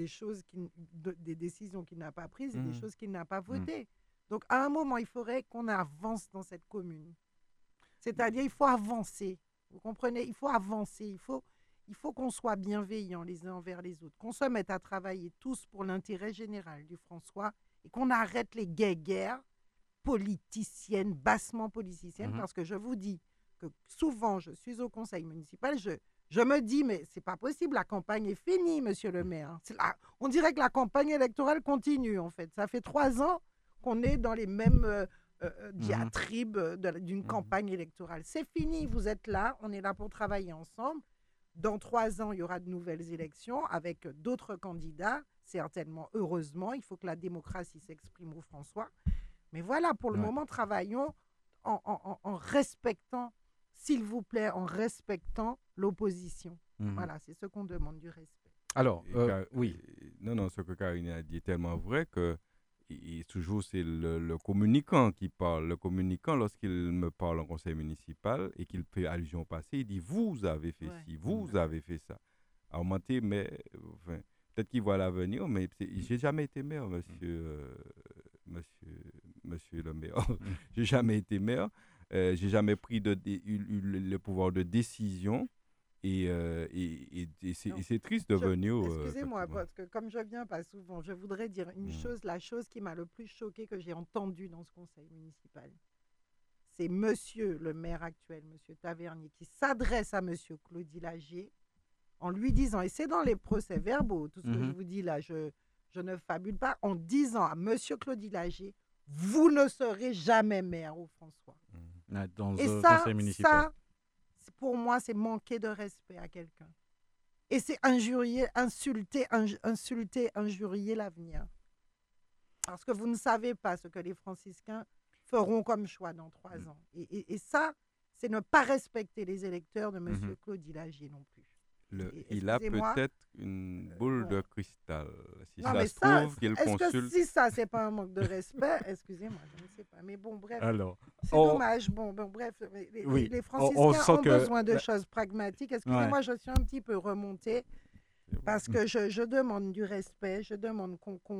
des décisions qu'il n'a pas prises et des choses qu'il n'a pas votées. Donc, à un moment, il faudrait qu'on avance dans cette commune. C'est-à-dire, il faut avancer. Vous comprenez? Il faut avancer. Il faut qu'on soit bienveillants les uns envers les autres, qu'on se mette à travailler tous pour l'intérêt général du François et qu'on arrête les guerres politiciennes, bassement politiciennes, parce que je vous dis que souvent, je suis au conseil municipal, je me dis, mais c'est pas possible, la campagne est finie, monsieur le maire. On dirait que la campagne électorale continue, en fait. Ça fait 3 ans qu'on est dans les mêmes diatribes d'une campagne électorale. C'est fini, vous êtes là, on est là pour travailler ensemble. Dans 3 ans, il y aura de nouvelles élections avec d'autres candidats, certainement, heureusement. Il faut que la démocratie s'exprime au François. Mais voilà, pour le moment, travaillons en respectant, s'il vous plaît, en respectant l'opposition. Voilà, c'est ce qu'on demande, du respect. Alors, oui. Non, ce que Karine a dit est tellement vrai que toujours c'est le communicant qui parle. Le communicant, lorsqu'il me parle en conseil municipal et qu'il fait allusion au passé, il dit « vous avez fait ci, vous avez fait ça ». Alors, mais peut-être qu'il voit l'avenir, mais j'ai jamais été maire, monsieur le maire. J'ai jamais été maire. J'ai jamais pris le pouvoir de décision. Et c'est triste de venir. Excusez-moi, parce que comme je viens pas souvent, je voudrais dire une chose. La chose qui m'a le plus choquée que j'ai entendue dans ce conseil municipal, c'est monsieur le maire actuel, monsieur Tavernier, qui s'adresse à monsieur Claudie Lagier en lui disant, et c'est dans les procès-verbaux, tout ce que je vous dis là, je ne fabule pas, en disant à monsieur Claudie Lagier, vous ne serez jamais maire au François. Dans et le ça, conseil municipal. Pour moi, c'est manquer de respect à quelqu'un. Et c'est injurier, insulter, injurier l'avenir. Parce que vous ne savez pas ce que les franciscains feront comme choix dans 3 ans. Et ça, c'est ne pas respecter les électeurs de M. Claudie Lagier non plus. Il a peut-être une boule de cristal. Si non, ça se trouve qu'il consulte... Est-ce que si ça, c'est pas un manque de respect? Excusez-moi, je ne sais pas. Mais bon, bref. Alors, c'est dommage. Bon, bref, les franciscains ont besoin de choses pragmatiques. Excusez-moi, je suis un petit peu remontée parce que je demande du respect. Je demande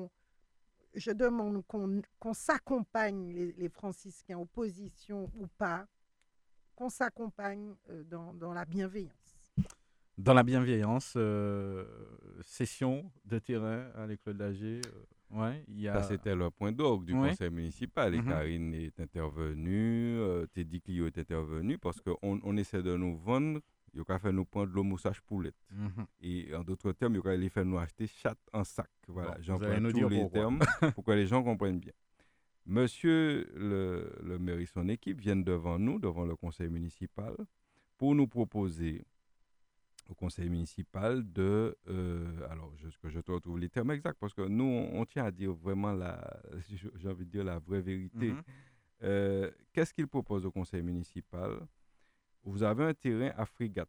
qu'on s'accompagne, les franciscains, opposition ou pas, qu'on s'accompagne dans la bienveillance. Dans la bienveillance, session de terrain à l'école d'Alger. Ça, c'était le point d'orgue du conseil municipal. Et Karine est intervenue, Teddy Clio est intervenu parce qu'on essaie de nous vendre, il a fait nous prendre l'eau moussage poulette. Et en d'autres termes, il a fait nous acheter chatte en sac. Voilà, j'emploie tous les termes pour que les gens comprennent bien. Monsieur le maire et son équipe viennent devant nous, devant le conseil municipal, pour nous proposer au conseil municipal alors je te retrouve les termes exacts parce que nous on tient à dire vraiment j'ai envie de dire la vraie vérité. Qu'est-ce qu'il propose au conseil municipal? Vous avez un terrain à Frégate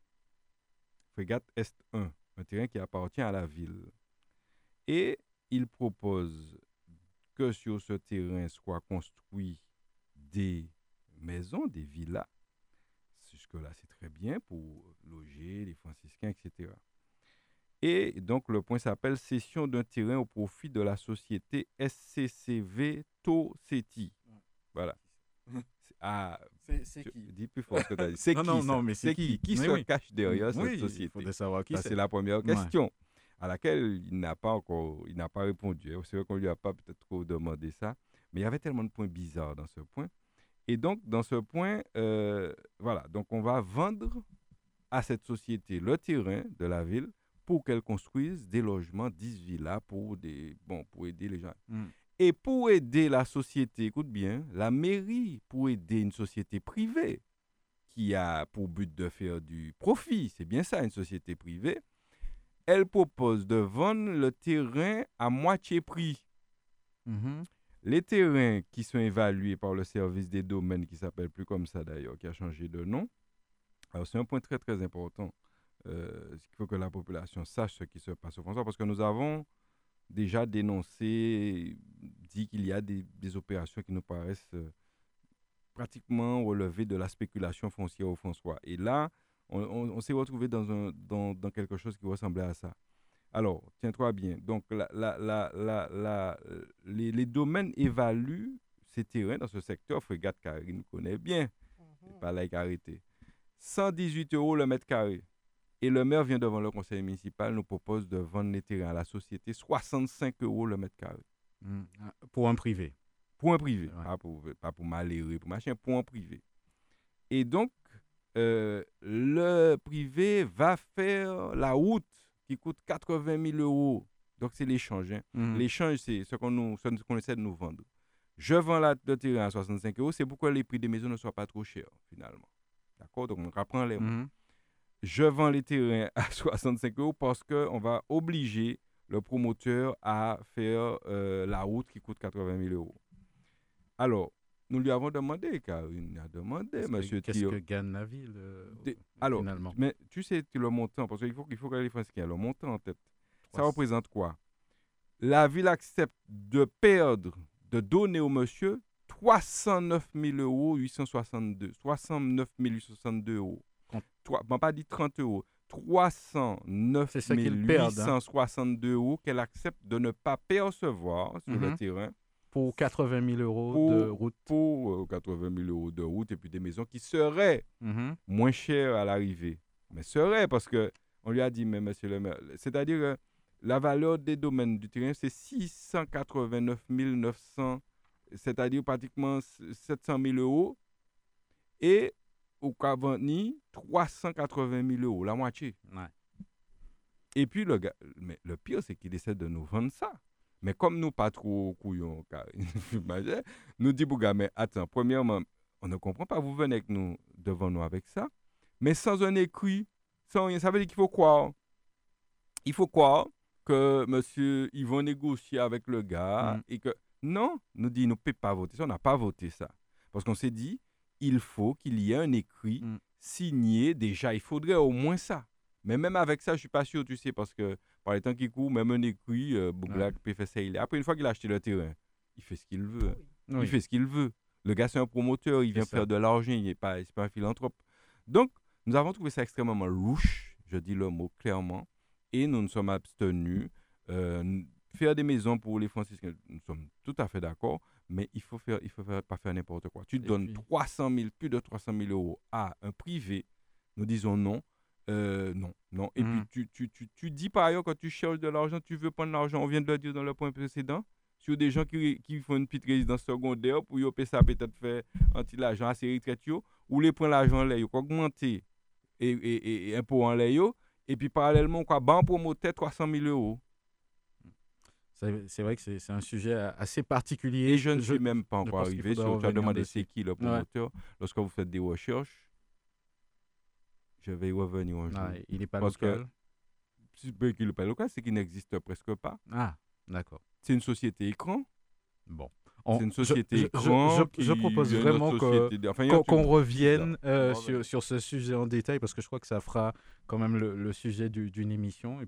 Est 1, un terrain qui appartient à la ville, et il propose que sur ce terrain soient construits des maisons, des villas. Jusque-là, c'est très bien pour loger les franciscains, etc. Et donc, le point s'appelle « Cession d'un terrain au profit de la société SCCV Toceti ». Voilà. C'est qui? Dis plus fort ce que tu as dit. C'est qui? Non, mais c'est qui? Qui se cache derrière cette société? Il faudrait savoir qui c'est. C'est la première question à laquelle il n'a pas répondu. C'est vrai qu'on ne lui a pas peut-être trop demandé ça, mais il y avait tellement de points bizarres dans ce point. Et donc, dans ce point, voilà, donc on va vendre à cette société le terrain de la ville pour qu'elle construise des logements, 10 villas pour aider les gens. Et pour aider la société, écoute bien, la mairie, pour aider une société privée qui a pour but de faire du profit, c'est bien ça, une société privée, elle propose de vendre le terrain à moitié prix. Les terrains qui sont évalués par le service des domaines, qui ne s'appelle plus comme ça d'ailleurs, qui a changé de nom. Alors c'est un point très très important. Il faut que la population sache ce qui se passe au François, parce que nous avons déjà dénoncé, dit qu'il y a des opérations qui nous paraissent pratiquement relevées de la spéculation foncière au François. Et là, on s'est retrouvé dans quelque chose qui ressemblait à ça. Alors, tiens-toi bien. Donc, les domaines évaluent ces terrains dans ce secteur. Frégate Karine connaît bien. Pas là arrêté. 118 € le mètre carré. Et le maire vient devant le conseil municipal, nous propose de vendre les terrains à la société 65 € le mètre carré. Pour un privé. Pour un privé. Ouais. Pas pour malheureux, pour machin, pour un privé. Et donc, le privé va faire la route qui coûte 80 000 €. Donc, c'est l'échange. L'échange, c'est ce qu'on essaie de nous vendre. Je vends le terrain à 65 €, c'est pourquoi les prix des maisons ne soient pas trop chers, finalement. D'accord? Donc, on reprend les mots. Je vends les terrains à 65 € parce qu'on va obliger le promoteur à faire la route qui coûte 80 000 €. Alors, nous lui avons demandé, Karine a demandé, monsieur Qu'est-ce que gagne la ville, alors, finalement? Mais tu sais le montant, parce qu'il faut que les Français aient le montant en tête. Ça représente quoi? La ville accepte de perdre, de donner au monsieur 309 862 €. On n'a pas dit 30 €. 309 862 € qu'elle accepte de ne pas percevoir sur le terrain. Pour 80 000 € de route. Pour 80 000 € de route et puis des maisons qui seraient moins chères à l'arrivée. Mais seraient parce qu'on lui a dit, mais monsieur le maire, c'est-à-dire que la valeur des domaines du terrain, c'est 689 900, c'est-à-dire pratiquement 700 000 €. Et au Cavani, 380 000 €, la moitié. Ouais. Et puis le pire, c'est qu'il essaie de nous vendre ça. Mais comme nous pas trop couillons, nous dit Bouga, mais attends, premièrement, on ne comprend pas, vous venez avec nous, devant nous avec ça, mais sans un écrit, sans rien, ça veut dire qu'il faut croire. Il faut croire que monsieur, ils vont négocier avec le gars et que, non, nous dit, nous ne pouvons pas voter ça, on n'a pas voté ça. Parce qu'on s'est dit, il faut qu'il y ait un écrit signé, déjà, il faudrait au moins ça. Mais même avec ça, je ne suis pas sûr, tu sais, parce que par les temps qui courent, même un écrit, Bouglac peut faire ça. Après, une fois qu'il a acheté le terrain, il fait ce qu'il veut. Il fait ce qu'il veut. Le gars, c'est un promoteur, il vient faire de l'argent, il n'est pas un philanthrope. Donc, nous avons trouvé ça extrêmement louche, je dis le mot clairement, et nous nous sommes abstenus. Faire des maisons pour les franciscains, nous sommes tout à fait d'accord, mais il faut pas faire n'importe quoi. Tu donnes plus de 300 000 € à un privé, nous disons non. Non. Et puis, tu dis par ailleurs, quand tu cherches de l'argent, tu veux prendre l'argent, on vient de le dire dans le point précédent, sur des gens qui font une petite résidence secondaire pour y ça peut-être faire l'argent à ces retraites, ou les prendre l'argent là, augmenter et impôt en l'air, et puis parallèlement, ban promoteur 300 000 €. C'est vrai que c'est un sujet assez particulier. Et je ne suis même pas encore arrivé sur. Tu as demandé c'est qui le promoteur. Lorsque vous faites des recherches, je vais y revenir un jour. Il n'est pas local. Qu'il n'est pas local, c'est qu'il n'existe presque pas. Ah, d'accord. C'est une société écran. Bon. C'est une société écran. Je propose vraiment qu'on revienne sur ce sujet en détail, parce que je crois que ça fera quand même le sujet d'une émission.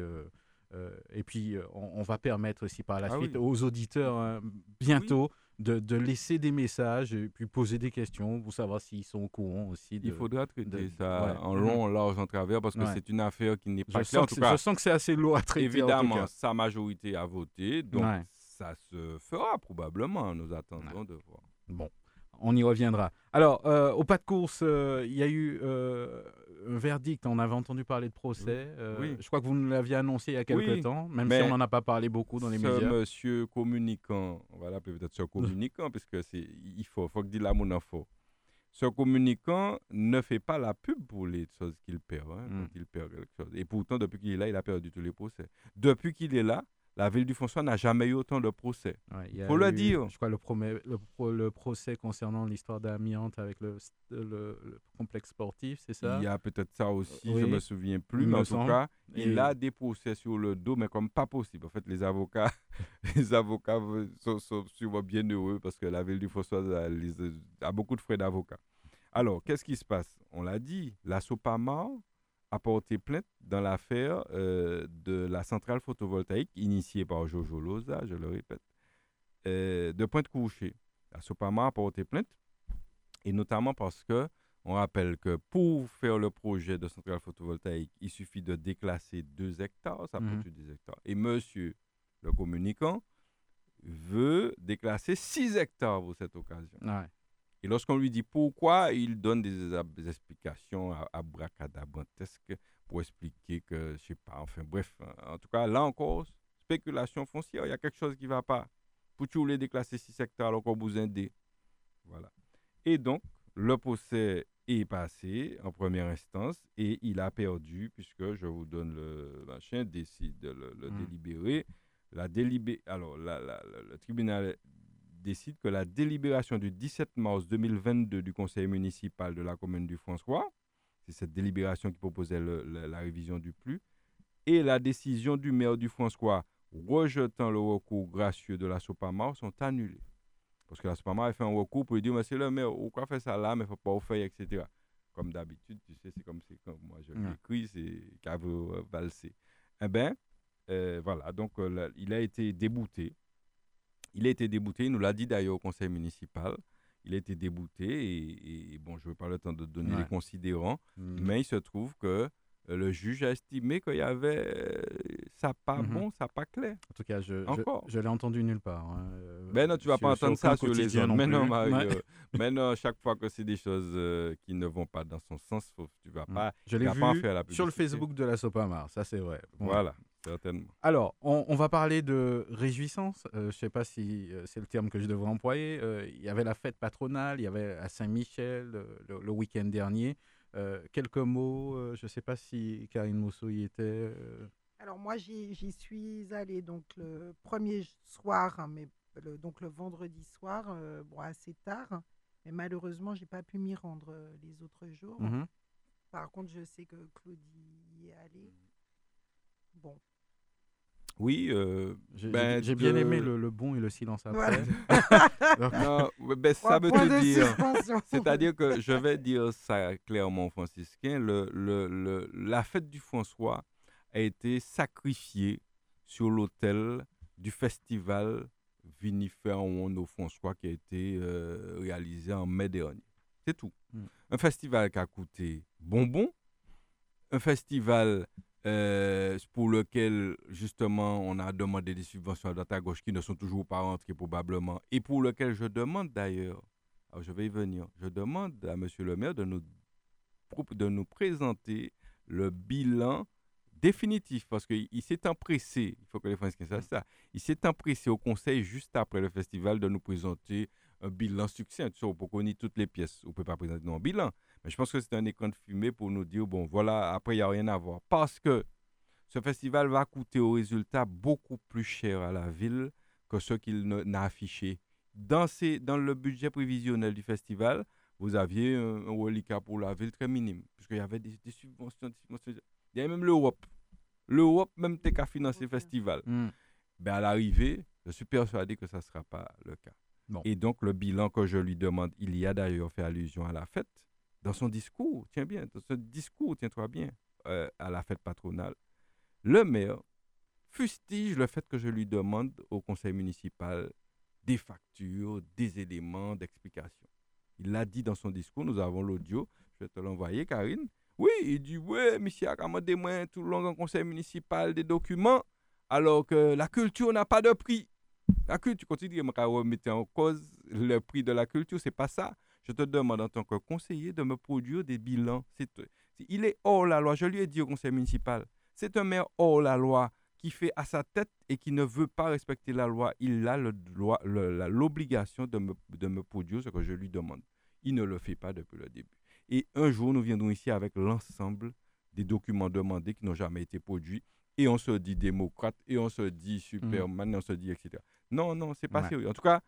Et puis, on va permettre aussi par la suite aux auditeurs bientôt de laisser des messages et puis poser des questions pour savoir s'ils sont au courant aussi. Il faudra traiter ça en long, en large, en travers, parce que c'est une affaire qui n'est pas claire. Je sens que c'est assez lourd à traiter. Évidemment, sa majorité a voté, donc ça se fera probablement. Nous attendons de voir. Bon, on y reviendra. Alors, au pas de course, il y a eu un verdict, on avait entendu parler de procès. Oui. Je crois que vous nous l'aviez annoncé il y a quelques temps, même si mais on n'en a pas parlé beaucoup dans les médias. Ce monsieur communicant, voilà, peut-être ce communicant, parce que il faut que dire la mon info. Ce communicant ne fait pas la pub pour les choses qu'il perd, quand il perd quelque chose. Et pourtant, depuis qu'il est là, il a perdu tous les procès. Depuis qu'il est là, la ville du François n'a jamais eu autant de procès. Il faut le dire. Je crois le procès concernant l'histoire d'amiante avec le complexe sportif, c'est ça? Il y a peut-être ça aussi, je ne me souviens plus, mais en tout cas, il a des procès sur le dos, mais comme pas possible. En fait, les avocats sont sûrement bien heureux parce que la ville du François a beaucoup de frais d'avocats. Alors, qu'est-ce qui se passe? On l'a dit, la Sopamar a porté plainte dans l'affaire de la centrale photovoltaïque initiée par Jojo Loza, je le répète, de Pointe-Couchée. La Sopamar a porté plainte, et notamment parce que on rappelle que pour faire le projet de centrale photovoltaïque, il suffit de déclasser 2 hectares, ça produit 2 hectares. Et monsieur le communicant veut déclasser 6 hectares pour cette occasion. Ouais. Et lorsqu'on lui dit pourquoi, il donne des explications abracadabrantesques pour expliquer que, je sais pas, enfin bref. En tout cas, là encore, spéculation foncière, il y a quelque chose qui ne va pas. Pour tu voulais déclasser 6 hectares alors qu'on vous indé. Voilà. Et donc, le procès est passé en première instance et il a perdu, puisque je vous donne le machin, décide de le délibérer. Alors, le tribunal décide que la délibération du 17 mars 2022 du conseil municipal de la commune du François, c'est cette délibération qui proposait la révision du PLU, et la décision du maire du François rejetant le recours gracieux de la Sopamar sont annulées. Parce que la Sopamar a fait un recours pour lui dire, monsieur le maire, pourquoi faire ça là, mais il ne faut pas au faire, etc. Comme d'habitude, tu sais, c'est comme moi je l'écris, c'est Cave valsé. Eh bien, voilà, donc il a été débouté. Il nous l'a dit d'ailleurs au conseil municipal. Il a été débouté et bon, je ne veux pas le temps de donner les considérants, mais il se trouve que le juge a estimé qu'il y avait ça pas bon, ça pas clair. En tout cas, je l'ai entendu nulle part. Ben non, tu ne vas pas entendre ça sur les autres. Mais non, Mario, mais non, chaque fois que c'est des choses qui ne vont pas dans son sens, tu ne vas pas, je l'ai vu pas en faire la publicité. Sur le Facebook de la Sopamar, ça c'est vrai. Voilà. Certainement. Alors, on va parler de réjouissance. Je ne sais pas si c'est le terme que je devrais employer. Il y avait la fête patronale, il y avait à Saint-Michel le week-end dernier. Quelques mots, je ne sais pas si Karine Mousseau y était. Alors moi, j'y suis allée donc le premier soir, hein, mais donc le vendredi soir, assez tard. Mais malheureusement, je n'ai pas pu m'y rendre les autres jours. Par contre, je sais que Claudie y est allée. Bon. Oui, j'ai bien aimé le bon et le silence après. Non, ça veut te dire. C'est-à-dire que je vais dire ça clairement, franciscain. La fête du François a été sacrifiée sur l'autel du festival vinifère au François qui a été réalisé en mai dernier. C'est tout. Un festival qui a coûté bonbon, un festival pour lequel, justement, on a demandé des subventions à droite à gauche qui ne sont toujours pas rentrées probablement, et pour lequel je demande d'ailleurs, alors je vais y venir, je demande à M. le maire de nous présenter le bilan définitif, parce qu'il s'est empressé, il faut que les Français sachent ça, il s'est empressé au conseil juste après le festival de nous présenter un bilan succinct. Tu sais, on peut connaître toutes les pièces, on ne peut pas présenter un bilan. Mais je pense que c'est un écran de fumée pour nous dire, bon, voilà, après, il n'y a rien à voir. Parce que ce festival va coûter au résultat beaucoup plus cher à la ville que ce qu'il n'a affiché. Dans le budget prévisionnel du festival, vous aviez un reliquat pour la ville très minime, puisqu'il y avait des subventions. Il y avait même l'Europe. L'Europe même t'es qu'à financer le festival. Ben à l'arrivée, je suis persuadé que ça ne sera pas le cas. Bon. Et donc, le bilan que je lui demande, il y a d'ailleurs fait allusion à la fête. Dans son discours, tiens-toi bien, à la fête patronale, le maire fustige le fait que je lui demande au conseil municipal des factures, des éléments d'explication. Il l'a dit dans son discours, nous avons l'audio, je vais te l'envoyer, Karine. Oui, il dit, oui, monsieur a commandé moi tout le long au conseil municipal des documents, alors que la culture n'a pas de prix. La culture, continue de remettre en cause le prix de la culture, c'est pas ça. Je te demande en tant que conseiller de me produire des bilans. Il est hors la loi. Je lui ai dit au conseil municipal, c'est un maire hors la loi qui fait à sa tête et qui ne veut pas respecter la loi. Il a l'obligation de me produire ce que je lui demande. Il ne le fait pas depuis le début. Et un jour, nous viendrons ici avec l'ensemble des documents demandés qui n'ont jamais été produits. Et on se dit démocrate, et on se dit Superman, on se dit etc. Non, c'est pas sérieux. En tout cas,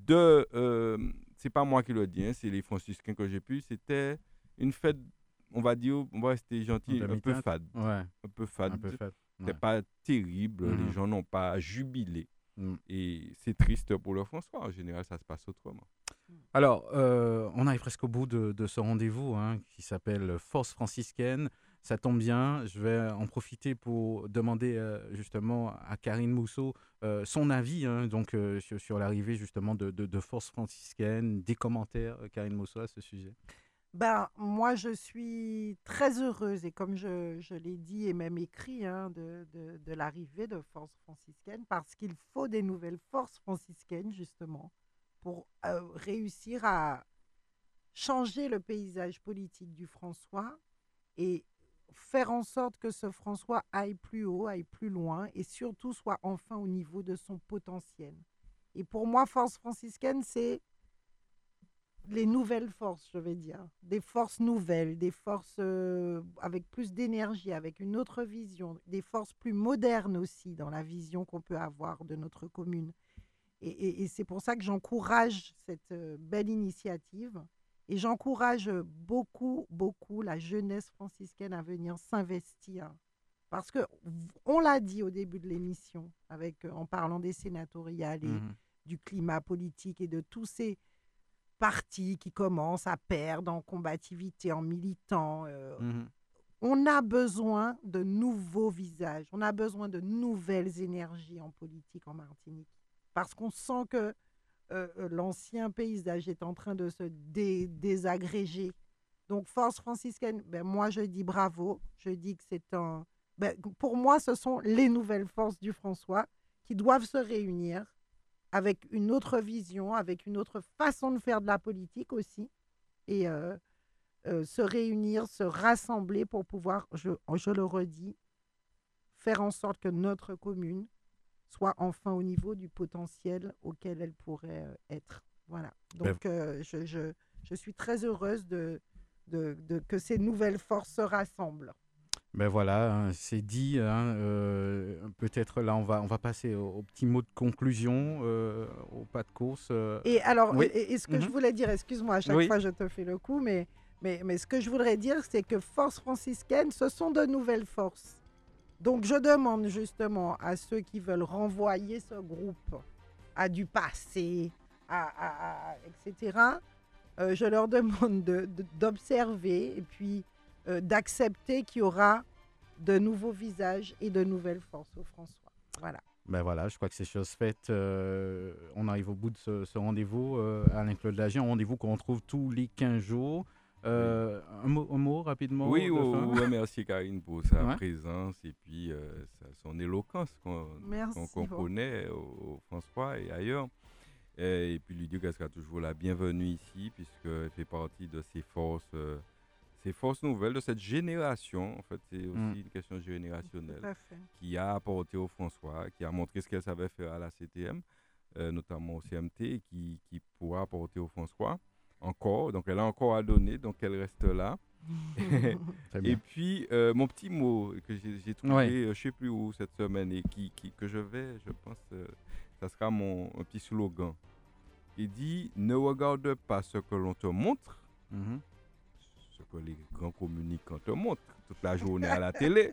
c'est pas moi qui le dis, hein, c'est les franciscains que j'ai pu. C'était une fête, on va rester gentil, un peu fade. Ouais. Un peu fade. C'était Ouais. pas terrible, les gens n'ont pas jubilé. Et c'est triste pour le François. En général, ça se passe autrement. Alors, on arrive presque au bout de ce rendez-vous qui s'appelle Force franciscaine. Ça tombe bien, je vais en profiter pour demander justement à Karine Mousseau son avis sur l'arrivée justement de Force franciscaine, des commentaires, Karine Mousseau, à ce sujet. Moi, je suis très heureuse, et comme je l'ai dit et même écrit, de l'arrivée de Force franciscaine, parce qu'il faut des nouvelles forces franciscaines, justement, pour réussir à changer le paysage politique du François et faire en sorte que ce François aille plus haut, aille plus loin, et surtout soit enfin au niveau de son potentiel. Et pour moi, Force franciscaine, c'est les nouvelles forces, je vais dire. Des forces nouvelles, des forces avec plus d'énergie, avec une autre vision, des forces plus modernes aussi dans la vision qu'on peut avoir de notre commune. Et c'est pour ça que j'encourage cette belle initiative. Et j'encourage beaucoup, beaucoup la jeunesse franciscaine à venir s'investir. Parce qu'on l'a dit au début de l'émission, en parlant des sénatoriales et du climat politique et de tous ces partis qui commencent à perdre en combativité, en militant. On a besoin de nouveaux visages, on a besoin de nouvelles énergies en politique en Martinique. Parce qu'on sent que l'ancien paysage est en train de se désagréger. Donc, Force franciscaine, moi, je dis bravo. Je dis que c'est un... pour moi, ce sont les nouvelles forces du François qui doivent se réunir avec une autre vision, avec une autre façon de faire de la politique aussi, et se réunir, se rassembler pour pouvoir, je le redis, faire en sorte que notre commune soit enfin au niveau du potentiel auquel elle pourrait être. Voilà. Donc, je suis très heureuse que ces nouvelles forces se rassemblent. Voilà, c'est dit. Peut-être là, on va passer au petit mot de conclusion, au pas de course. Et alors, et ce que je voulais dire, excuse-moi, à chaque fois je te fais le coup, mais ce que je voudrais dire, c'est que Force franciscaine, ce sont de nouvelles forces. Donc, je demande justement à ceux qui veulent renvoyer ce groupe à du passé, etc., je leur demande d'observer et puis d'accepter qu'il y aura de nouveaux visages et de nouvelles forces au François. Voilà. Voilà, je crois que c'est chose faite. On arrive au bout de ce rendez-vous, Alain-Claude Lagier, un rendez-vous qu'on retrouve tous les 15 jours. Un mot rapidement. Oui, merci Karine pour sa présence et puis son éloquence qu'on connaît au François et ailleurs. Et puis lui dire qu'elle sera toujours la bienvenue ici puisqu'elle fait partie de ces forces nouvelles de cette génération. En fait, c'est aussi une question générationnelle qui a apporté au François, qui a montré ce qu'elle savait faire à la CTM, notamment au CMT, et qui pourra apporter au François. Encore, donc elle a encore à donner, donc elle reste là. Et puis mon petit mot que j'ai trouvé, je ne sais plus où cette semaine, et que je pense, ça sera un petit slogan. Il dit: ne regarde pas ce que l'on te montre, ce que les grands communicants te montrent toute la journée à la télé.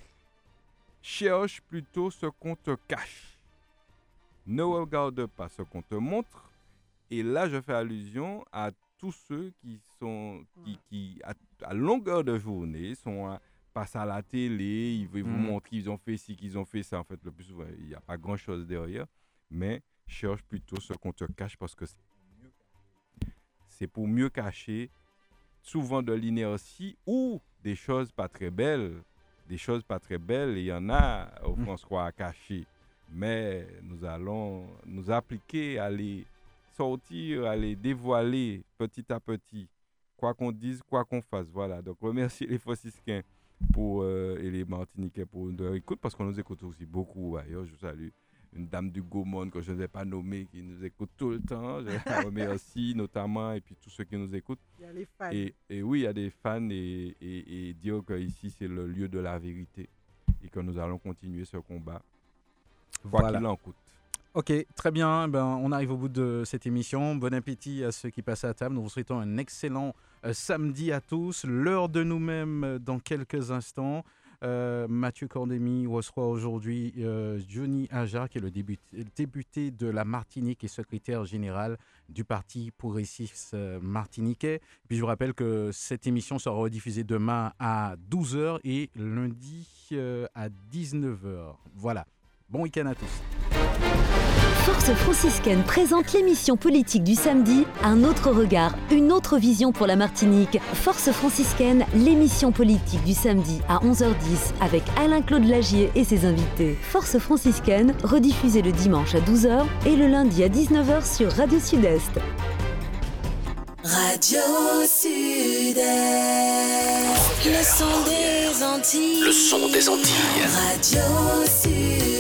Cherche plutôt ce qu'on te cache. Ne regarde pas ce qu'on te montre. Et là, je fais allusion à tous ceux qui sont, qui à longueur de journée, passent à la télé, ils veulent vous montrer qu'ils ont fait ci, qu'ils ont fait ça. En fait, le plus souvent, il n'y a pas grand-chose derrière. Mais cherche plutôt ce qu'on te cache parce que c'est pour mieux cacher souvent de l'inertie ou des choses pas très belles. Des choses pas très belles, il y en a au François à cacher. Mais nous allons nous appliquer à les sortir, à les dévoiler petit à petit quoi qu'on dise, quoi qu'on fasse. Voilà, donc remercier les franciscains et les Martiniquais pour leur écoute, parce qu'on nous écoute aussi beaucoup ailleurs. Je salue une dame du Gaumont que je ne vais pas nommer, qui nous écoute tout le temps. Je la remercie notamment, et puis tous ceux qui nous écoutent. Il y a les fans. Et oui, il y a des fans, et dire qu'ici, c'est le lieu de la vérité, et que nous allons continuer ce combat, quoi qu'il en coûte. Ok, très bien. On arrive au bout de cette émission. Bon appétit à ceux qui passent à table. Nous vous souhaitons un excellent samedi à tous. L'heure de nous-mêmes dans quelques instants. Mathieu Cordémy reçoit aujourd'hui Johnny Ajar, qui est le député de la Martinique et secrétaire général du Parti progressiste martiniquais. Puis je vous rappelle que cette émission sera rediffusée demain à 12h et lundi à 19h. Voilà. Bon week-end à tous. Force franciscaine présente l'émission politique du samedi, un autre regard, une autre vision pour la Martinique. Force franciscaine, l'émission politique du samedi à 11h10 avec Alain-Claude Lagier et ses invités. Force franciscaine, rediffusée le dimanche à 12h et le lundi à 19h sur Radio Sud-Est. Radio Sud-Est, le son des Antilles. Le son des Antilles. Radio Sud-Est.